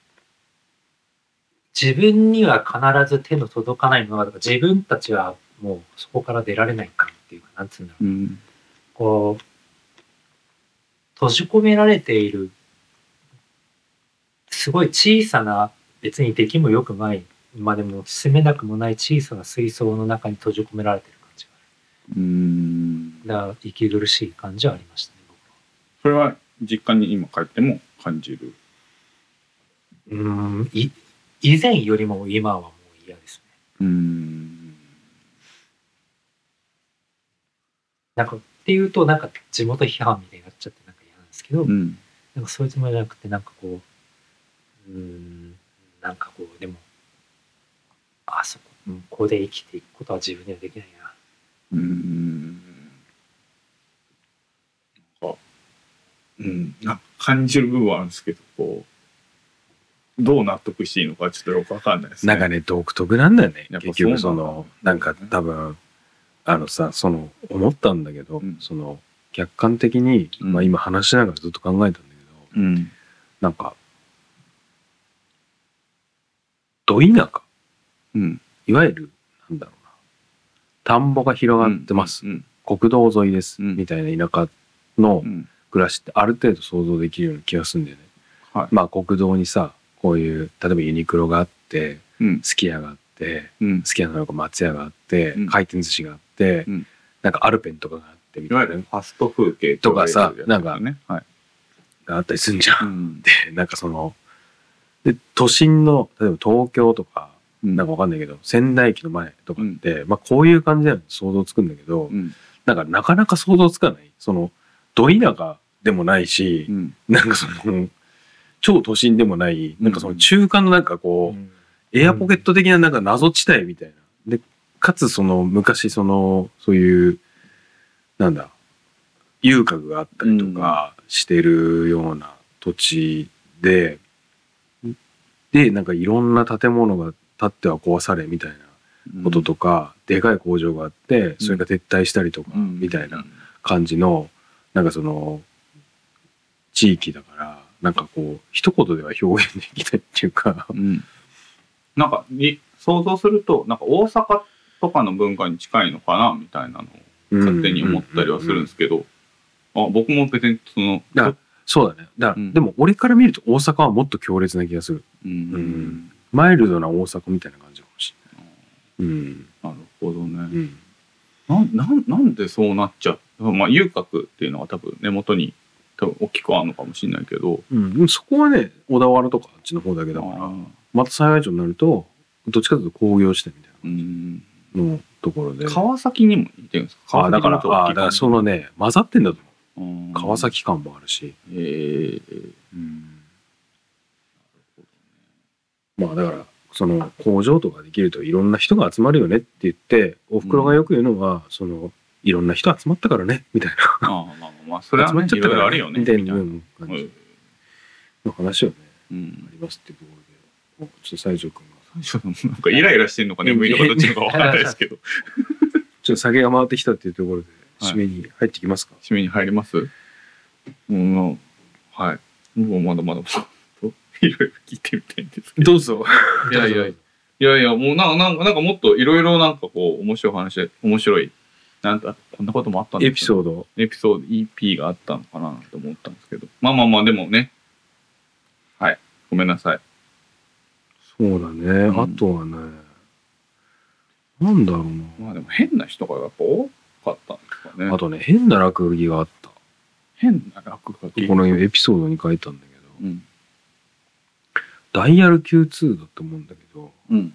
自分には必ず手の届かないものが、自分たちはもうそこから出られないかっていうか、なんつうんだろう。こう、閉じ込められている、すごい小さな、別に出来も良くないまでも進めなくもない小さな水槽の中に閉じ込められてる感じがある。だから息苦しい感じはありましたね、僕は。 それは実家に今帰っても感じる？ 以前よりも今はもう嫌ですね。なんかっていうとなんか地元批判みたいになっちゃってなんか嫌なんですけど、なんかそういうつもりじゃなくてなんかこうなんかこうでもあそこで生きていくことは自分にはできないな。 なんか感じる部分はあるんですけど、こうどう納得していいのかちょっとよくわかんないですね。 なんかね独特なんだよね。結局そのなんか多分その思ったんだけど、その客観的に、まあ今話しながらずっと考えたんだけど、なんかど田舎、いわゆるなんだろうな、田んぼが広がってます、国道沿いです、みたいな田舎の暮らしってある程度想像できるような気がするんだよね。まあ国道にさこういう例えばユニクロがあって、すき家があって、すき家なのか松屋があって、回転寿司があって、なんかアルペンとかがあってみたいな、 いわゆるファスト風景とかさ、なんかがあったりするんじゃん。でなんかそので都心の例えば東京とかなんかわかんないけど、仙台駅の前とかって、まあこういう感じなの想像つくんだけど、なんかなかなか想像つかない。そのど田舎でもないし、なんかその超都心でもない、なんかその中間のなんかこう、エアポケット的ななんか謎地帯みたいな。で、かつその昔そういうなんだ遊郭があったりとかしてるような土地で、なんかいろんな建物が建っては壊されみたいなこととか、でかい工場があってそれが撤退したりとかみたいな感じのなんかその地域だから、なんかこう一言では表現できないっていうか、 なんか想像するとなんか大阪とかの文化に近いのかなみたいなのを勝手に思ったりはするんですけど、僕も別にそうだね。だから、でも俺から見ると大阪はもっと強烈な気がする。マイルドな大阪みたいな感じかもしれない。 なるほどね。なんでそうなっちゃう。まあ遊郭っていうのは多分根元に多分大きくあるのかもしれないけど、 そこはね小田原とかあっちの方だけだから、また災害町になるとどっちかというと工業地点みたいな感じのところで、 川崎にも似てるんですか？ だからそのね混ざってんだと思う。川崎感もあるし、まあだからその工場とかできるといろんな人が集まるよねって言って、おふくろがよく言うのは、そのいろんな人集まったからねみたいな、 まあそれはねいろいろあるよねみたいな感じの話をね、ありますっていうところで、ちょっと西条君がなんかイライラしてんのか眠いのかどっちのかわからないですけど、 ちょっと酒が回ってきたっていうところで締めに入ってきますか？ 締めに入ります。はい。もうまだまだいろいろ聞いてみたいんですけど。 どうぞ。 いやもうなんかもっといろいろなんかこう面白いなんかこんなこともあったんですけど、エピソード EP があったのかなと思ったんですけど、まあでもね、はいごめんなさい。 そうだね。あとはね、なんだろうな。 まあでも変な人がやっぱ多かったんですかね。 あとね、変な落書きがあった。 変な落書き。 このエピソードに書いたんだけど、ダイヤル Q2 だと思うんだけど、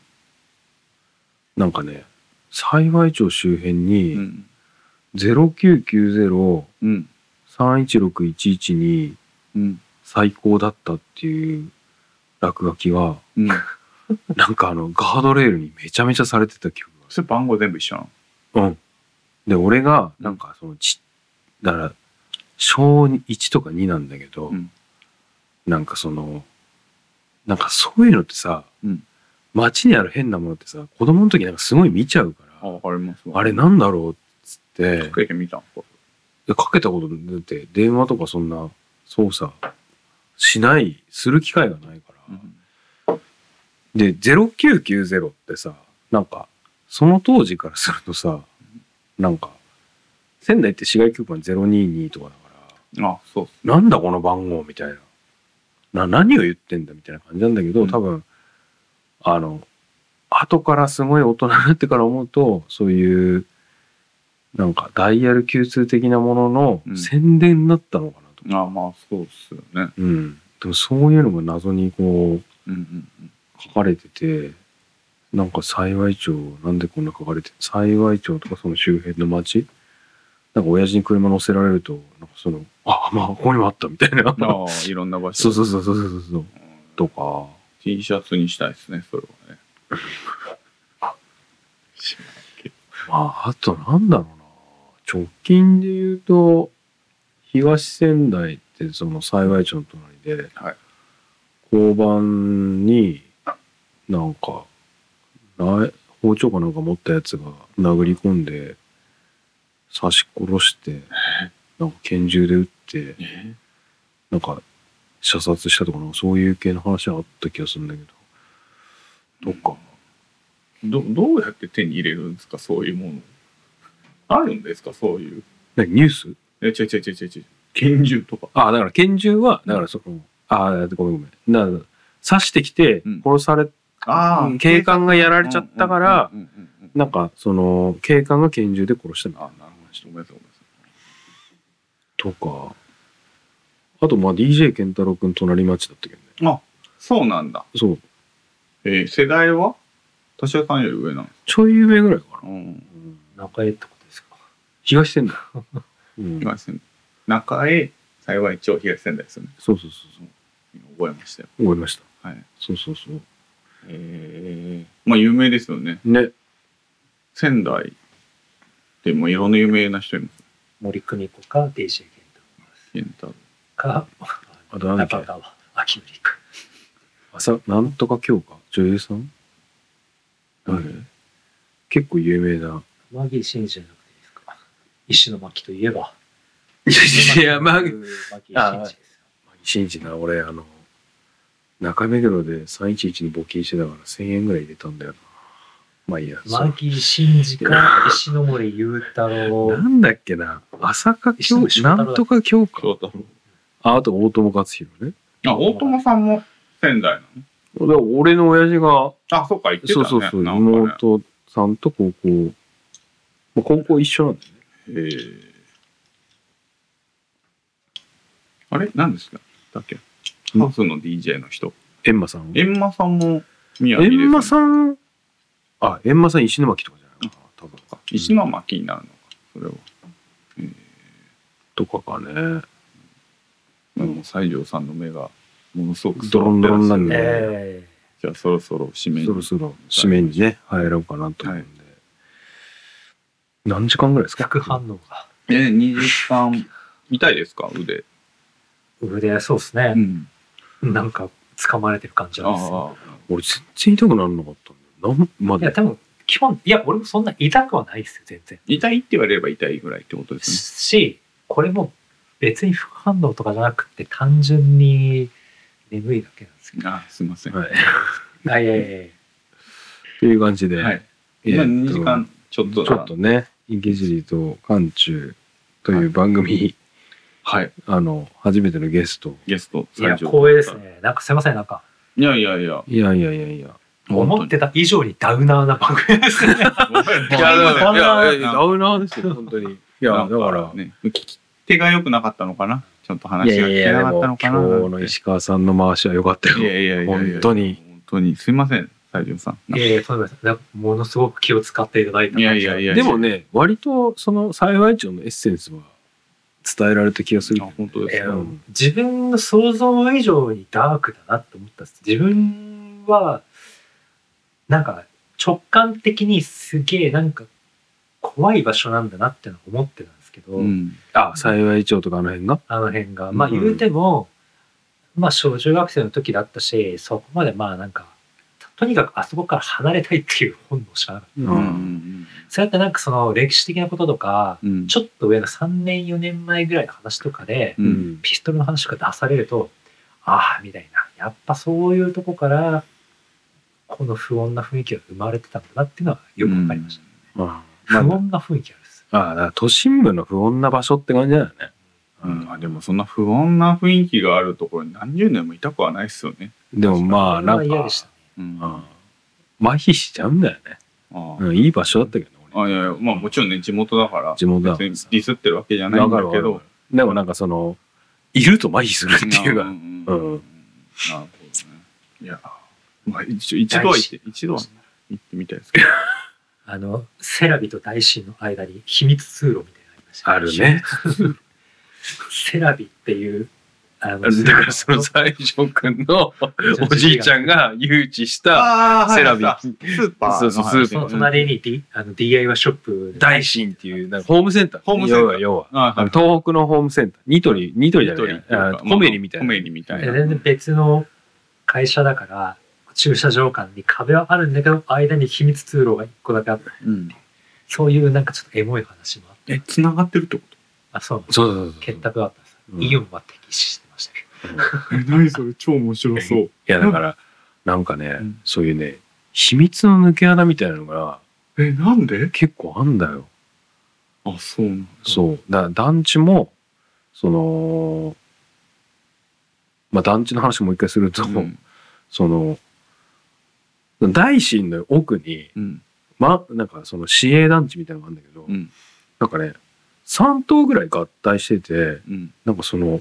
なんかね、幸町周辺に、0990-316112に最高だったっていう落書きが、なんかガードレールにめちゃめちゃされてた記憶が。 それ番号全部一緒なの？ で俺がなんかだから小1とか2なんだけど、 なんかそのなんかそういうのってさ、街にある変なものってさ、子供の時なんかすごい見ちゃうから、 わかります。 あれなんだろうっつってかけてみたんか。 かけたことだって電話とかそんな操作する機会がないから、で0990ってさ、なんかその当時からするとさ、なんか仙台って市外局番022とかだから、 そうっす。 なんだこの番号みたいな、何を言ってんだみたいな感じなんだけど、多分後からすごい大人になってから思うと、そういうなんかダイヤル Q2 的なものの宣伝だったのかなと。 まあそうっすよね。 でもそういうのが謎にこう書かれてて、なんか幸町なんでこんな書かれて、幸町とかその周辺の町、なんか親父に車乗せられると、なんかそのまあここにもあったみたいな、 いろんな場所、 そうとか T シャツにしたいですね、それはね。 あとなんだろうな、直近で言うと東仙台ってその幸町の隣で、交番になんか包丁かなんか持ったやつが殴り込んで刺し殺して、なんか拳銃で撃って、なんか射殺したとか、なんかそういう系の話はあった気がするんだけど、とかどうやって手に入れるんですか、そういうもの。あるんですか、そういう。 ニュース？ 違う。拳銃とか。 だから拳銃は、だからその、ごめん。だから刺してきて殺され、警官がやられちゃったから、なんかその警官が拳銃で殺したみたいな。とか、あとまあ DJ 健太郎くん隣町だったけどね。 そうなんだ。 そう。 世代は年上さんより上なの？ ちょい上ぐらいかな。 中江ってことですか？ 東仙台。 東仙台。中江、幸町、東仙台ですよね。 そう。 覚えましたよ。 覚えました。 はい。 そう。 まあ有名ですよね。 ね。 仙台でもいろんな有名な人います。 森久美子か DJ 健太郎か、 あとなんだっけ、 中川明典かなんとか京香、女優さん、結構有名な。 マギー真司じゃなくていいですか。石巻といえばいやマギー真司です。 真司な、俺中目黒で311に募金してたから1000円ぐらい入れたんだよな。まあいいや。 マギー真司か石森裕太郎。 なんだっけな、浅香京、なんとか京香。あと大友克洋ね。 大友さんも仙台なの？俺の親父が、 そうか、言ってたね。 そう、妹さんと高校一緒なんだよね。 あれ何ですかだっけ、ハウスの DJ の人。 エンマさんも宮城です、ね。 エンマさん石巻とかじゃないかな、多分。 石巻になるのか、それは。 とかかね。 西条さんの目がものすごくドロンドロンなんで、 じゃあそろそろ締めにね入ろうかなと思うんで、何時間ぐらいですか？ 副反応が 2時間。痛いですか？ 腕そうですね、なんか掴まれてる感じなんですよ。 俺全然痛くならなかったんだよ。 いや多分基本、いや俺もそんな痛くはないですよ、全然。 痛いって言われれば痛いぐらいってことですね。 し、これも別に副反応とかじゃなくて単純に眠いだけなんですけど。 すいません。 はい。 という感じで、 今2時間ちょっとね、池尻と寒中という番組、初めてのゲスト。 いや光栄ですね。なんかすいません、なんか。 いや。 思ってた以上にダウナーな番組ですね。 ダウナーですよ本当に。いやだからね、聞き手が良くなかったのかな。ちょっと話が聞けなかったのかな。 今日の石川さんの回しは良かったよ。本当にすいません、西条さん。 そうですね。ものすごく気を使っていただいた。 でもね、割とその幸町のエッセンスは伝えられた気がする。 本当ですか。 自分の想像以上にダークだなと思ったんです。自分はなんか直感的にすげえなんか怖い場所なんだなってのを思ってたんですけど、 幸町とかあの辺がまあ言うても、 まあ小中学生の時だったし、そこまでまあなんかとにかくあそこから離れたいっていう本能しかなかった、そうやってなんかその歴史的なこととか、ちょっと上の3年4年前ぐらいの話とかで、ピストルの話とか出されると、ああみたいな、やっぱそういうとこからこの不穏な雰囲気が生まれてたんだなっていうのはよくわかりましたね。不穏な雰囲気あるんです。 だから都心部の不穏な場所って感じだよね。 でもそんな不穏な雰囲気があるところに何十年もいたくはないっすよね。 でもまあなんか麻痺しちゃうんだよね。いい場所だったけどね。いやいや、まあもちろんね、地元だから地元だ別にディスってるわけじゃないんだけど、 でもなんかそのいると麻痺するっていうか、なるほどね。 いや、まあ一度は行ってみたいですけど。 セラビと大神の間に秘密通路みたいなのありました。 あるね。 セラビっていうだからその西条くんのおじいちゃんが誘致したセラビ、 スーパー、 スーパーの隣に DIY ショップ大神っていうなんかホームセンター、要は東北のホームセンター、ニトリじゃない、コメリみたいな、 全然別の会社だから駐車場間に壁はあるんだけど間に秘密通路が1個だけあって、そういうなんかちょっとエモい話もあって、 繋がってるってこと？ そう結託があったんです。イオンは敵視してましたけど。 何それ、超面白そう。いやだからなんかね、そういうね秘密の抜け穴みたいなのがなんで結構あんだよ。 そうなんだ。 そうだ、団地もそのまあ団地の話もう一回すると、その大神の奥に、なんかその市営団地みたいなのがあるんだけど、なんかね3棟ぐらい合体してて、なんかその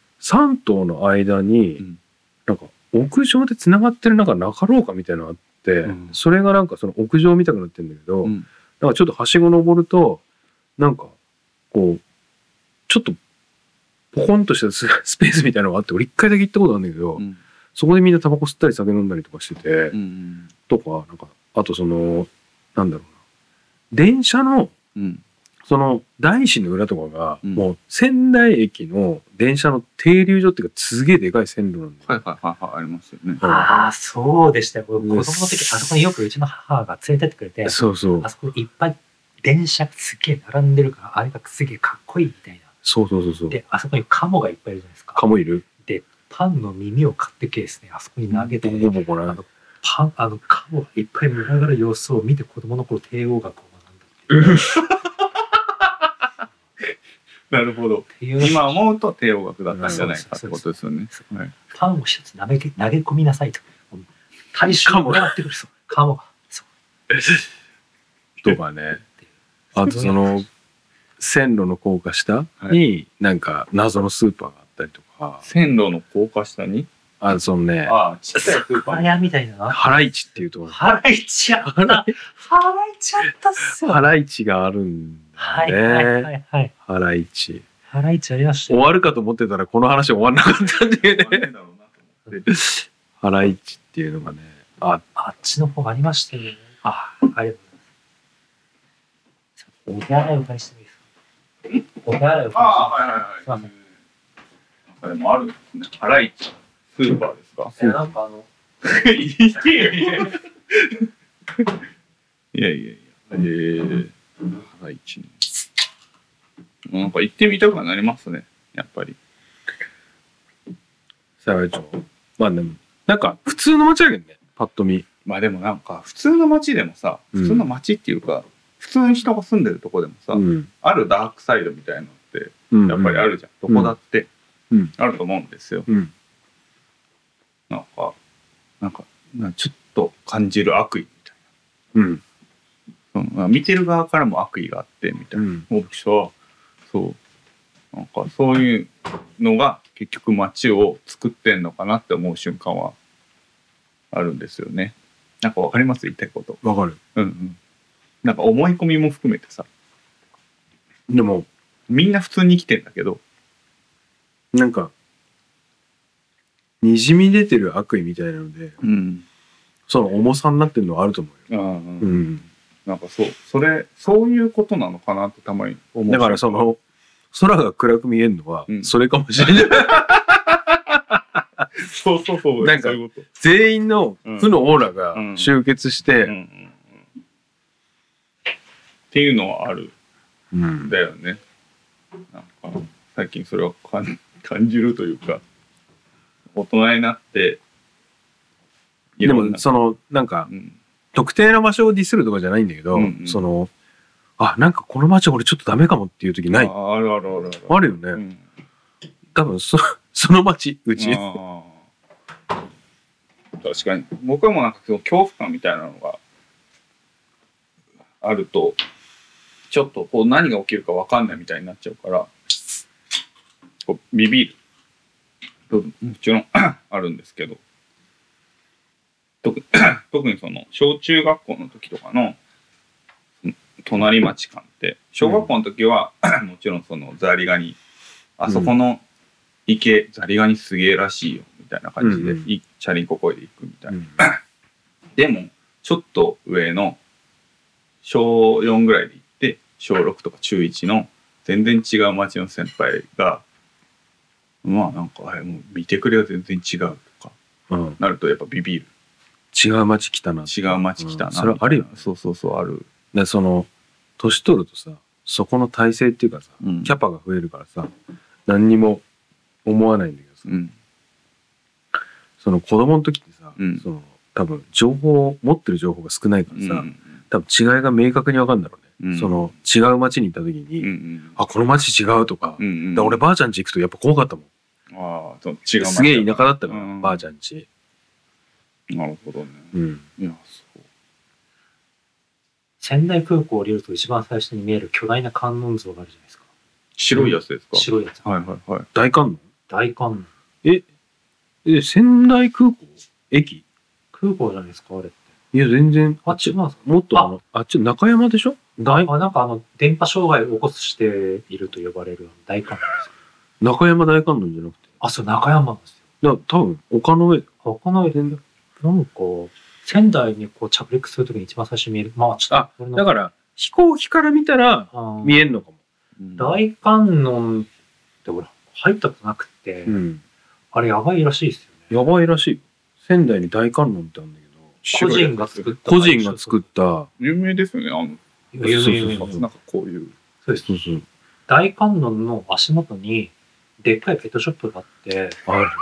3棟の間に、なんか屋上でつながってるなんか中廊下みたいなのがあって、それがなんかその屋上みたくなってるんだけど、なんかちょっとはしご登るとなんかこうちょっとポコンとしたスペースみたいなのがあって、俺1回だけ行ったことあるんだけど、そこでみんなタバコ吸ったり酒飲んだりとかしてて、とかなんかあとそのなんだろうな、電車の、その大師の裏とかが、もう仙台駅の電車の停留所っていうかすげえでかい線路なんだよ。 ありますよね。 そうでしたよ。子供の時あそこによくうちの母が連れてってくれて、あそこいっぱい電車がすげえ並んでるから、あれがすげえかっこいいみたいな。 そうであそこにカモがいっぱいいるじゃないですか。 カモいる。 でパンの耳を買ってけですね、あそこに投げて、カモがいっぱい群がる様子を見て、子供の頃帝王学を学んだ。 なるほど。今思うと帝王学だったんじゃないかってことですよね。 パンを一つ投げ込みなさいと。大衆がもらってくる。カモが。 とかね。あとその線路の高架下になんか謎のスーパーがあったりとか。 線路の高架下に？ そのね。 ちっちゃいスーパーみたいな。 原市っていうところ。 原市あったっすよ。 原市があるんだね。原市ありましたよ。 終わるかと思ってたらこの話終わんなかったんだよね。原市っていうのがね、 あっちの方がありましたよね。ありがとうございます。お手洗いを返してもいいですか？お手洗いを返してもいいですか？すいません。 なんかでもあるんですね。原市スーパーですか？ なんかいや。原市ね。なんか行ってみたくなりますね、やっぱり。 まあでもなんか普通の街だけどね、パッと見。 まあでもなんか普通の街でもさ、普通の街っていうか、普通に人が住んでるとこでもさ、あるダークサイドみたいなのってやっぱりあるじゃん。どこだってあると思うんですよ。なんかちょっと感じる悪意みたいな。見てる側からも悪意があってみたいな。なんかそういうのが結局街を作ってんのかなって思う瞬間はあるんですよね。なんかわかります？言いたいこと。 わかる。 なんか思い込みも含めてさ。 でもみんな普通に生きてんだけど、 なんかにじみ出てる悪意みたいなので、その重さになってるのはあると思うよ。 なんかそういうことなのかなってたまに思う。 だからその空が暗く見えるのはそれかもしれない。 そうそうそう。 なんかそういうこと。 全員の負のオーラが集結して、 っていうのはあるんだよね。なんか最近それを感じるというか、大人になってでもそのなんか、特定の場所をディスるとかじゃないんだけど、そのなんかこの街俺ちょっとダメかもっていう時ない？ あるあるあるあるよね。多分その街うち。 確かに僕はもうなんか恐怖感みたいなのがあるとちょっとこう何が起きるか分かんないみたいになっちゃうからこうビビるもちろんあるんですけど特にその小中学校の時とかの隣町感って小学校の時は、もちろんそのザリガニあそこの池、ザリガニすげえらしいよみたいな感じで、チャリンコこいでいくみたいな、でもちょっと上の小4ぐらいで行って小6とか中1の全然違う町の先輩がまあなんかもう見てくれが全然違うとか、なるとやっぱビビる。 違う町来たな。 違う町来たな。 それはあるよ。 そうそうそうある。 でその年取るとさそこの体制っていうかさ、キャパが増えるからさ何にも思わないんだけどさ、その子供の時ってさ、その多分持ってる情報が少ないからさ、多分違いが明確に分かるんだろうね、その違う町に行った時に、この町違うとか、俺ばあちゃん家行くとやっぱ怖かったもん。 そう違う町すげえ田舎だったから、ばあちゃん家。 なるほどね。いやそう仙台空港を降りると一番最初に見える巨大な観音像があるじゃないですか。 白いやつですか？ 白いやつ。 はいはいはい。 大観音？ 大観音。仙台空港？駅？ 空港じゃないですかあれって。 いや全然。 あっちなんですか？ もっとあっち中山でしょ？ なんか電波障害を起こしていると呼ばれる大観音ですか？ 中山大観音じゃなくて。 そう中山なんですよ。多分丘の上。 丘の上でなんか仙台にこう着陸するときに一番最初に見える。まあちょっとだから飛行機から見たら見えんのかも。 大観音って俺入ったことなくて、あれやばいらしいですよね。やばいらしい。仙台に大観音ってあるんだけど、 個人が作った有名ですよね。有名なんかこういう。 そうです。大観音の足元にでっかいペットショップがあって。ある。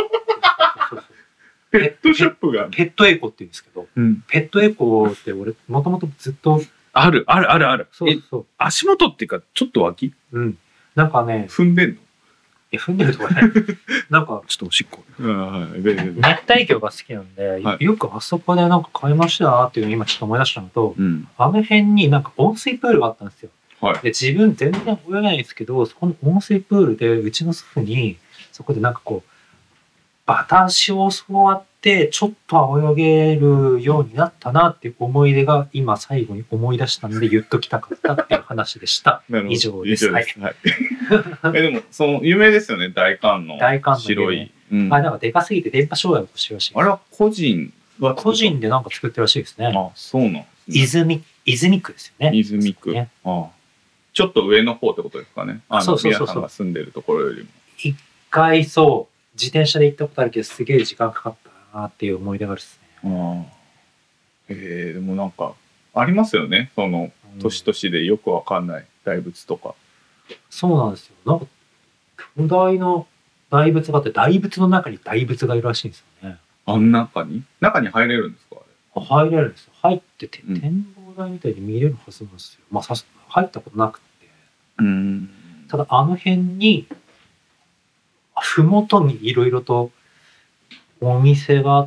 ペットショップがペットエコって言うんですけど、ペットエコって俺もともとずっとある。 そう足元っていうかちょっと脇？ なんかね踏んでんの？ 踏んでるとかね。なんかちょっとおしっこ。 熱帯魚が好きなんで、よくあそこでなんか買いましたなっていうのを今ちょっと思い出したのと、あの辺になんか温水プールがあったんですよ。で自分全然泳げないんですけど、そこの温水プールでうちの祖父にそこでなんかこうバタ足を教わってちょっとは泳げるようになったなっていう思い出が今最後に思い出したんで言っときたかったっていう話でした。以上です。はい。 でもその有名ですよね、大観音。白い。 なんかでかすぎて電波障害を起こしてるらしい。 あれは個人でなんか作ってるらしいですね。 そうなん。 泉区ですよね。 泉区。ちょっと上の方ってことですかね。皆さんが住んでるところよりも。 一回自転車で行ったことあるけどすげえ時間かかったなっていう思い出があるですね。 でもなんかありますよね。その年々でよくわかんない大仏とか。 そうなんですよ。なんか巨大な大仏があって大仏の中に大仏がいるらしいんですよね。 中に入れるんですか？ 入れるんですよ。入って展望台みたいに見れるはずなんですよ。まあ入ったことなくて。ただあの辺にふもとにいろいろとお店があって、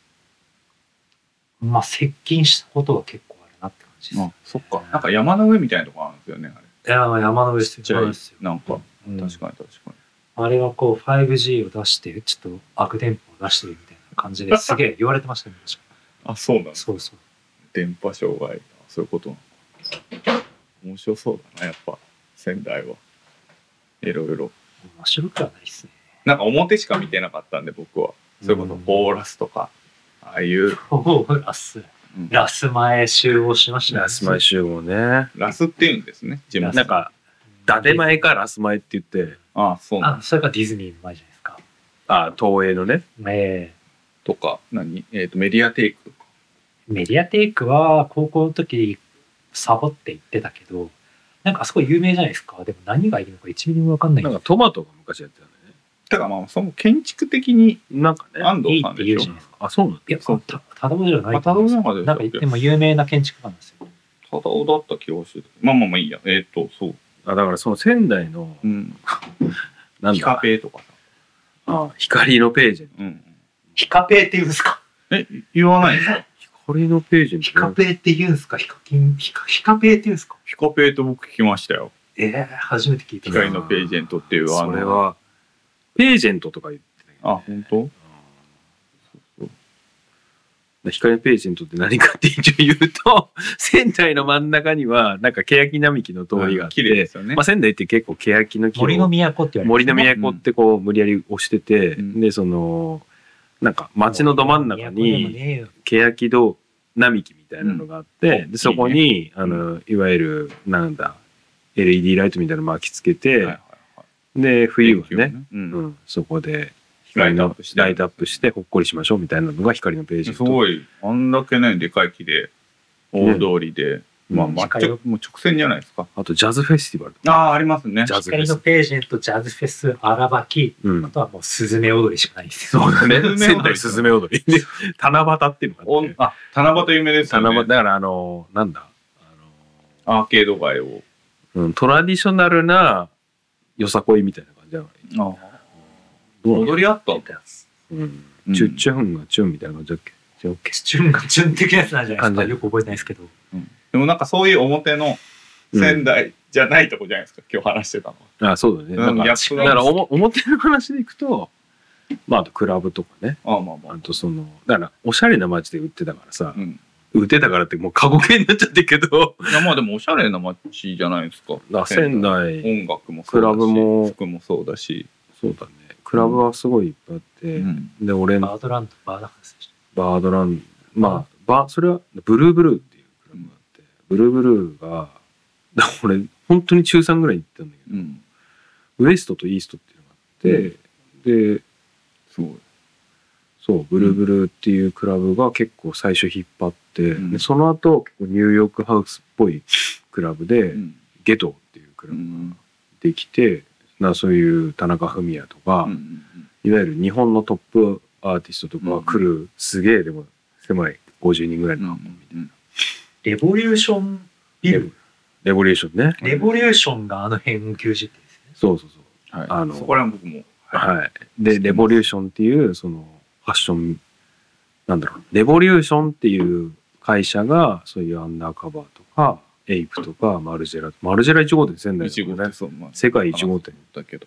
まあ接近したことが結構あるなって感じです、ね。 そっか。なんか山の上みたいなとこあるんですよね。 山の上ですよ。 なんか確かに。 あれがこう 5G を出してちょっと悪電波を出してるみたいな感じですげえ言われてましたね。 そうなんです。 そう。 電波障害、そういうこと。面白そうだな、やっぱ仙台はいろいろ。 面白くはないですね。 なんか表しか見てなかったんで僕は。それこそフォーラスとかああいう。 フォーラス。ラス前集合しましたね。 ラス前集合ね。 ラスって言うんですね。 なんか伊達前かラス前って言って。 そうなん。 それがディズニーの前じゃないですか。 あ、東映のね。 とか、メディアテイクとか。 メディアテイクは高校の時サボって行ってたけど、なんかあそこ有名じゃないですか。でも何がいるのか1ミリも分かんない。 なんかトマトが昔やってたんだよね。 だからまあその建築的になんかね、 安藤さんでしょ。 いいって言うじゃないですか。 あ、そうなんだ。 いや、ただおじゃない。 ただおじゃなかったでしょ。 なんか言っても有名な建築家なんですよ。 ただおだった気がしてた。まあいいや。そう。 あ、だからその仙台の、なんだ。 ヒカペイとかさ。 あ、光のページェント。 ヒカペイって言うんですか？ 言わないんですか？ 光のページェント。 ヒカペイって言うんですか？ヒカペイって言うんですか？ ヒカペイと僕聞きましたよ。 初めて聞いた。 光のページェントっていうそれはページェントとか言ってたけど、 ね。あ、本当？ 光のページェントって何かって一応言うと、仙台の真ん中にはなんか欅並木の通りがあって、まあ仙台って結構欅の木を森の都って言われて、 森の都ってこう無理やり押してて、でそのなんか町のど真ん中に欅戸並木みたいなのがあって、でそこにいわゆるなんだ LED ライトみたいなの巻きつけて、で冬はね、そこでライトアップしてほっこりしましょうみたいなのが光のページ。 すごいあんだけねでかい木で大通りで、もう直線じゃないですか。 あとジャズフェスティバル。 ありますね。 光のページェント、ジャズフェス、荒ばき、あとはもうスズメ踊りしかないですよ。そうだね。仙台スズメ踊り。七夕っていうのがあって。 七夕有名ですよね。 七夕だからなんだアーケード街を。 トラディショナルなよさこいみたいな感じじゃない。 踊りあったんだ。 チュッチュンがチュンみたいな感じだっけ？ チュンがチュン的なやつなんじゃないですか。よく覚えてないですけど。 でもなんかそういう表の仙台じゃないとこじゃないですか。今日話してたのは。 あ、そうだね。だから表の話でいくと、まああとクラブとかね。あとそのだからおしゃれな街で売ってたからさ。売ってたからってもう過去形になっちゃってるけど。 いやまあでもおしゃれな街じゃないですか。 仙台音楽もクラブも服もそうだし。 そうだね。クラブはすごいいっぱいあって、で俺バードランドバードまあそれはブルーっていうクラブがあって、ブルーが俺本当に中3ぐらいに行ったんだけど、ウエストとイーストっていうのがあって、ですごいそうブルーっていうクラブが結構最初引っ張って、でその後結構ニューヨークハウスっぽいクラブで、ゲトっていうクラブができて、そういう田中文也とか、いわゆる日本のトップアーティストとかが来る、すげえでも狭い50人ぐらいの箱みたいな。 レボリューションビル。 レボリューションね。 レボリューションが辺を牛耳ってですね。 そう。 そこら僕も。 はい。でレボリューションっていうそのファッションなんだろう。レボリューションっていう会社がそういうアンダーカバーとか。エイプとかマルジェラ1号店仙台のね、世界1号店だけど、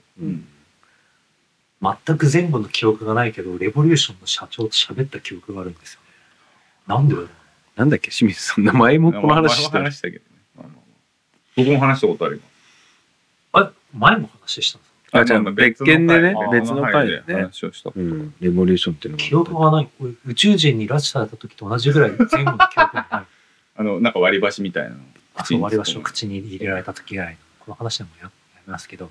全く前後の記憶がないけどレボリューションの社長と喋った記憶があるんですよね。なんでだろう。 なんだっけ清水さん、名前もこの話したけどね。僕も話したことあります。 前も話したんですか？あ、じゃあ別件でね、別の回でね、 話をした。 レボリューションっていうのが記憶がない。宇宙人に拉致された時と同じぐらい前後の記憶がない。 なんか割り箸みたいなの。 割り箸を口に入れられた時ぐらいのこの話でもやりますけど、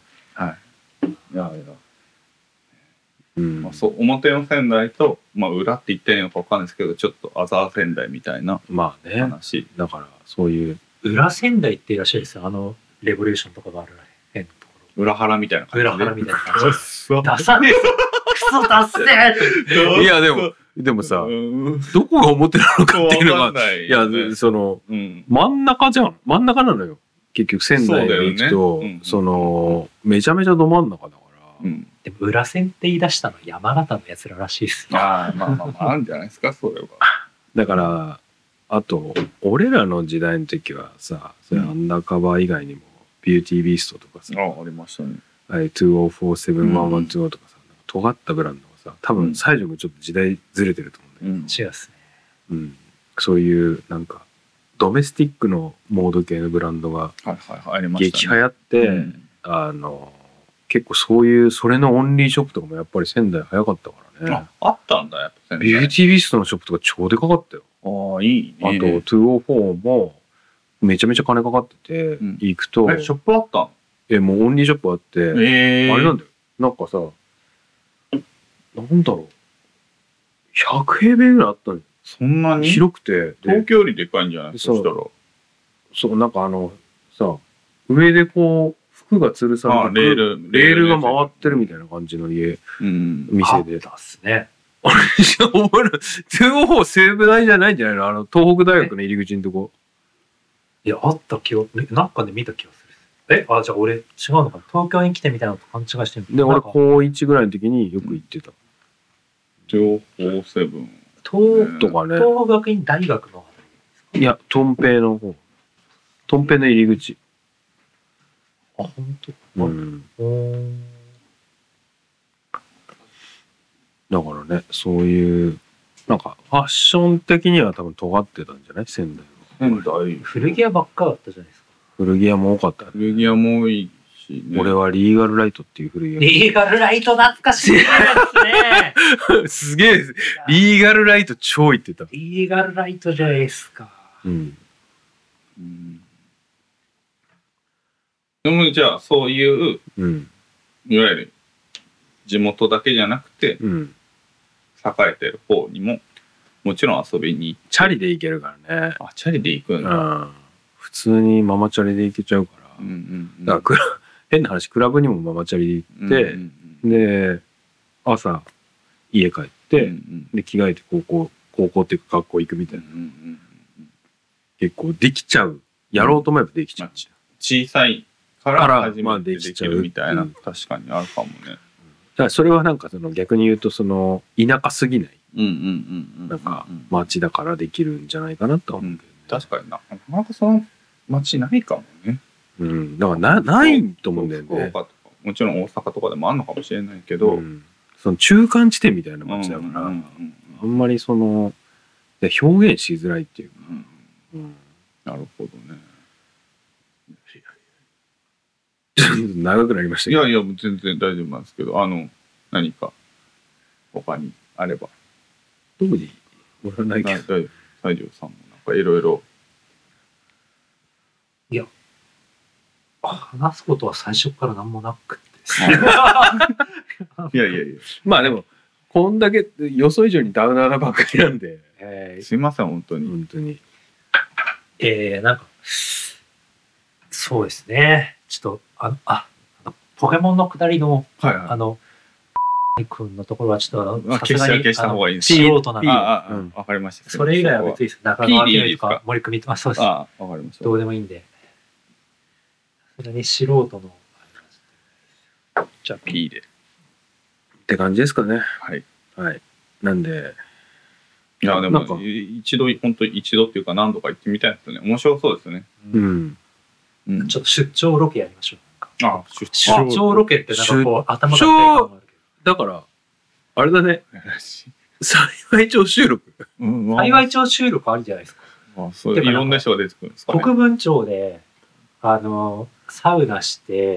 そう表の仙台と、裏って言ってるのか分かんないですけど、ちょっとアザー仙台みたいな話、 だからそういう裏仙台っていらっしゃるんですよ。レボリューションとかがある辺のところ。 裏腹みたいな感じ。 裏腹みたいな感じ。出さねえ。クソ出せー。 いやでもさ、どこが表なのかっていうのが、いやその真ん中じゃん。真ん中なのよ。結局仙台で行くとそのめちゃめちゃど真ん中だから。 でも裏線って言い出したのは山形のやつららしいですよ。 あるんじゃないですかそれは。 だからあと俺らの時代の時はさ、それアンダーカバー以外にもビューティービーストとかさ、 ありましたね。 20471120とかさ、尖ったブランドがさ、多分西条もちょっと時代ずれてると思うんだけど、違うっすね。 そういうなんかドメスティックのモード系のブランドが激流行って、結構そういうそれのオンリーショップとかもやっぱり仙台早かったからね。 あったんだやっぱ。 ビューティービーストのショップとか超でかかったよ。 いいね。 あと204もめちゃめちゃ金かかってて、行くとショップあったの？もうオンリーショップあって、あれなんだよ。なんかさ、 なんだろう、100平米ぐらいあったの。 そんなに広くて、 東京よりでかいんじゃない？そしたらそう、なんかさ、上でこう服が吊るされてレールが回ってるみたいな感じの家、店で。 あったっすね。 あれじゃ覚える。204西武大じゃないんじゃないの？東北大学の入り口のとこ。 いや、あった気を、なんかで見た気がする。じゃあ俺違うのかな、東京に来てみたいなのと勘違いしてる。 で、俺高1ぐらいの時によく行ってた。 247。 とかね。 東北学院大学の。 いや、トンペイの方。トンペイの入り口。 あ、本当。 だからね、そういうなんかファッション的には多分尖ってたんじゃない？仙台は。 古着屋ばっかだったじゃないですか。 古着屋も多かったね。 古着屋も多いしね。 俺はリーガルライトっていう古着屋。 リーガルライト懐かしいですね。 すげえ、リーガルライト超行ってた。 リーガルライトじゃないですか。 でもじゃあそういう、いわゆる地元だけじゃなくて、栄えてる方にももちろん遊びに行って、 チャリで行けるからね。 チャリで行くんだ。 普通にママチャリで行けちゃうから、だから変な話、クラブにもママチャリで行って、で朝家帰って、で着替えて高校っていうか学校行くみたいな、結構できちゃう。やろうと思えばできちゃう。 小さいから初めてできるみたいな、確かにあるかもね。 だからそれはなんか逆に言うと田舎すぎない、なんか町だからできるんじゃないかなと思うけどね。 確かになかなかその町ないかもね。 だからないと思うんだよね。 もちろん大阪とかでもあるのかもしれないけど、 その中間地点みたいな町だから、あんまり表現しづらいっていうか。 なるほどね。 長くなりましたけど。 いや全然大丈夫なんですけど、何か他にあれば。 どうにもらないけど。 西条さんもなんかいろいろ。 いや、話すことは最初から何もなくて。 いや。 まあでもこんだけ予想以上にダウナーなばっかりなんで、 すいません本当に。 なんかそうですね。ちょっとポケモンの下りの君のところはちょっとさすがに消した方がいいです。 素人なんで。 わかりました。 それ以外は別に中川家とか森組とかそうです。 わかりました。 どうでもいいんで。それに素人の。 じゃあ P で。 って感じですかね。 はい。 なんで。 いやでも本当一度っていうか何度か行ってみたいですね。面白そうですね。 ちょっと出張ロケやりましょう。出張ロケってなんかこう頭が痛い感もあるけど。だからあれだね。幸町収録。 幸町収録ありじゃないですか。 いろんな人が出てくるんですかね。 国分町でサウナして、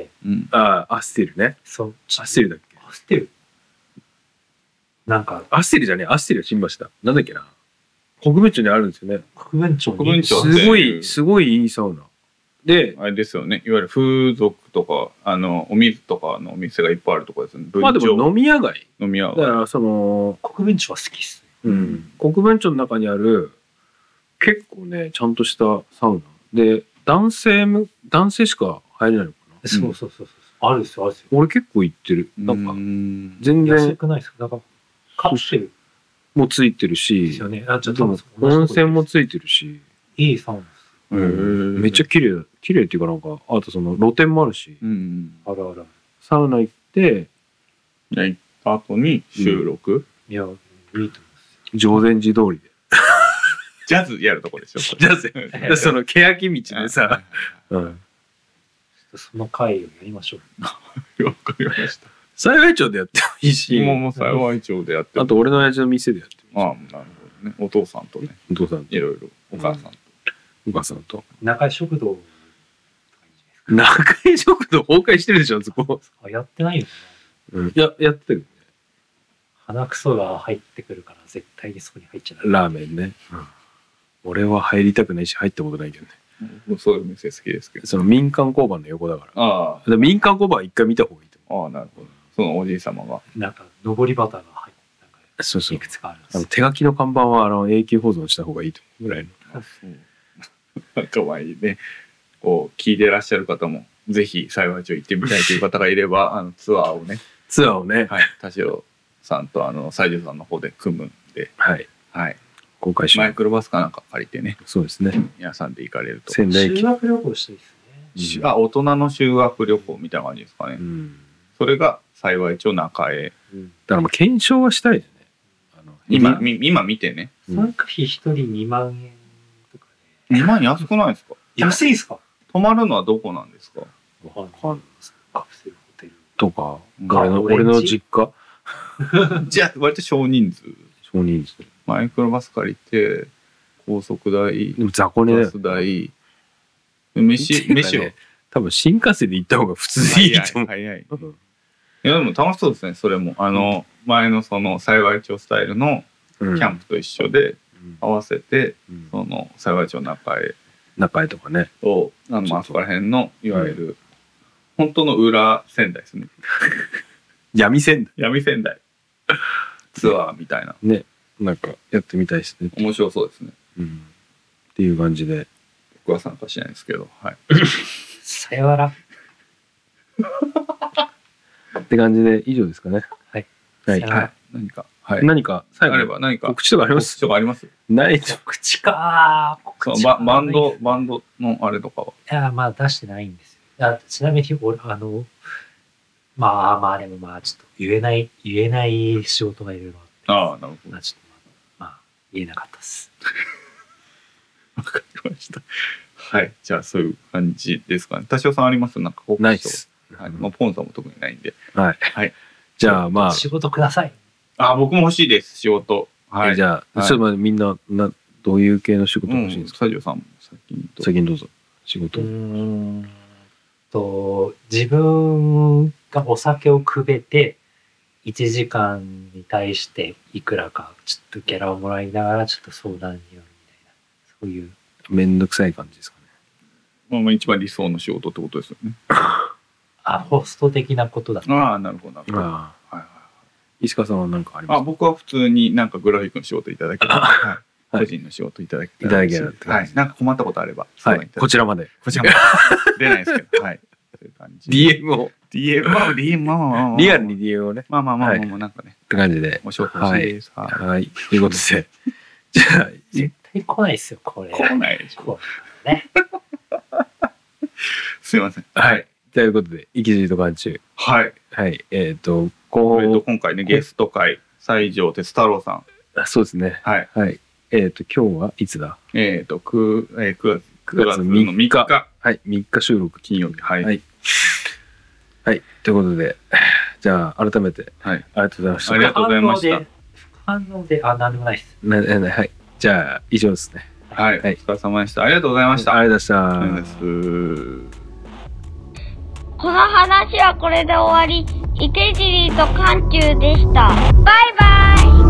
アステルね。 そう。 アステルだっけ？ アステル。なんかアステルじゃねえ、アステルは新橋だ。なんだっけな。国分町にあるんですよね。 国分町すごいいいサウナ。で、 あれですよね。いわゆる風俗とかお水とかのお店がいっぱいあるところですね。 まあでも飲み屋街。 だから国分町は好きっす。 国分町の中にある結構ねちゃんとしたサウナで男性しか入れないのかな。 そう。あるですよ。 俺結構行ってる。なんか全然安くないですか。だからカプセルもついてるし、 ですよね。 温泉もついてるし、 いいサウナです。 めっちゃ綺麗っていうかなんかあと露店もあるし、 あらサウナ行って行った後に収録。 いやいいと思います。 常禅寺通りでジャズやるとこでしょ。 ジャズその欅道でさ、 その会をやりましょう。わかりました。 幸町でやってもいいし、 もう幸町でやっても。 あと俺の親父の店でやってもいいし。 なるほどね。お父さんとね。 お父さんといろいろお母さんと。 中井食堂。 中井食堂崩壊してるでしょそこ。 やってないのかな。やってる。 鼻くそが入ってくるから絶対にそこに入っちゃう。 ラーメンね。俺は入りたくないし入ったことないけどね。 そういう店好きですけど。 その民間交番の横だから。民間交番は一回見た方がいいと思う。なるほど。そのおじい様がなんか上り旗が入っそうそういくつかあるんですよ。 手書きの看板は永久保存した方がいいと思うぐらいの。 なんか前にねこう聞いてらっしゃる方もぜひ幸町行ってみたいという方がいればツアーをね、はい、田代さんと西条さんの方で組むんで、 はい、 はい、 公開しマイクロバスかなんか借りてね、 そうですね、 皆さんで行かれると修学旅行したいですね。 大人の修学旅行みたいな感じですかね、それが幸町中江、 だから検証はしたいですね。 今見てね、 参加費1人2万円とかね。2万安くないですか？ 安いですか？ 泊まるのはどこなんですか？ カプセルホテルとか俺の実家じゃあ割と少人数マイクロバス借りて高速代でも雑魚寝だよ、 バス代飯を多分新幹線で行った方が普通にいいと思う。 早いいやでも楽しそうですね。それも前のその幸町スタイルのキャンプと一緒で合わせて、その幸町中江とかねとあそこら辺のいわゆる本当の裏仙台ですね。 闇仙台ツアーみたいなね、なんかやってみたいですね。 面白そうですね。 っていう感じで僕は参加しないですけど、はい。 さよなら。 って感じで以上ですかね。 はい。 はい。何か最後あれば何か告知とかあります？ないと。 告知か。 バンドのあれとかは。 いやまあ出してないんですよ。ちなみに俺まあでもまあちょっと言えない仕事がいろいろあって。なるほど。 ちょっとまあ言えなかったです。 わかりました。はい。じゃあそういう感じですかね。田代さんあります？なんか告知と。 ないです。 はい。まあポンさんも特にないんで。 はい。はい。じゃあまあ仕事ください。 僕も欲しいです仕事。はい。 じゃあちょっと待ってみんなどういう系の仕事が欲しいんですか？ 田代さんも先にどうぞ。仕事。 自分がお酒をくべて1時間に対していくらかちょっとギャラをもらいながらちょっと相談によるみたいな、そういうめんどくさい感じですかね。まあ一番理想の仕事ってことですよね。 ホスト的なことだと。 なるほど。 石川さんは何かありますか？ 僕は普通になんかグラフィックの仕事いただけたら、個人の仕事いただけたら、はい、なんか困ったことあれば、 はい、こちらまで出ないですけど、はい、そういう感じ。 DM リアルに DM をね、 まあなんかねって感じで、 お仕事欲しいです。 はい、ということで、じゃあ絶対来ないですよこれ。 来ないでしょ。 ね。 すいません。 はい。ということで、生き字と眼中。 はい。 はい。 今回ね、ゲスト会、西条哲太郎さん。 そうですね。 はい。 はい。今日はいつだ ？9月の3日。はい。3日収録。 金曜日。はい。 はい。ということで、じゃあ、改めて、 はい。 ありがとうございました。 ありがとうございました。 反応で、なんでもないです。 はい。じゃあ、以上ですね。 はい。お疲れ様でした。ありがとうございました。 ありがとうございました。 この話はこれで終わり。池尻と寒中でした。バイバイ。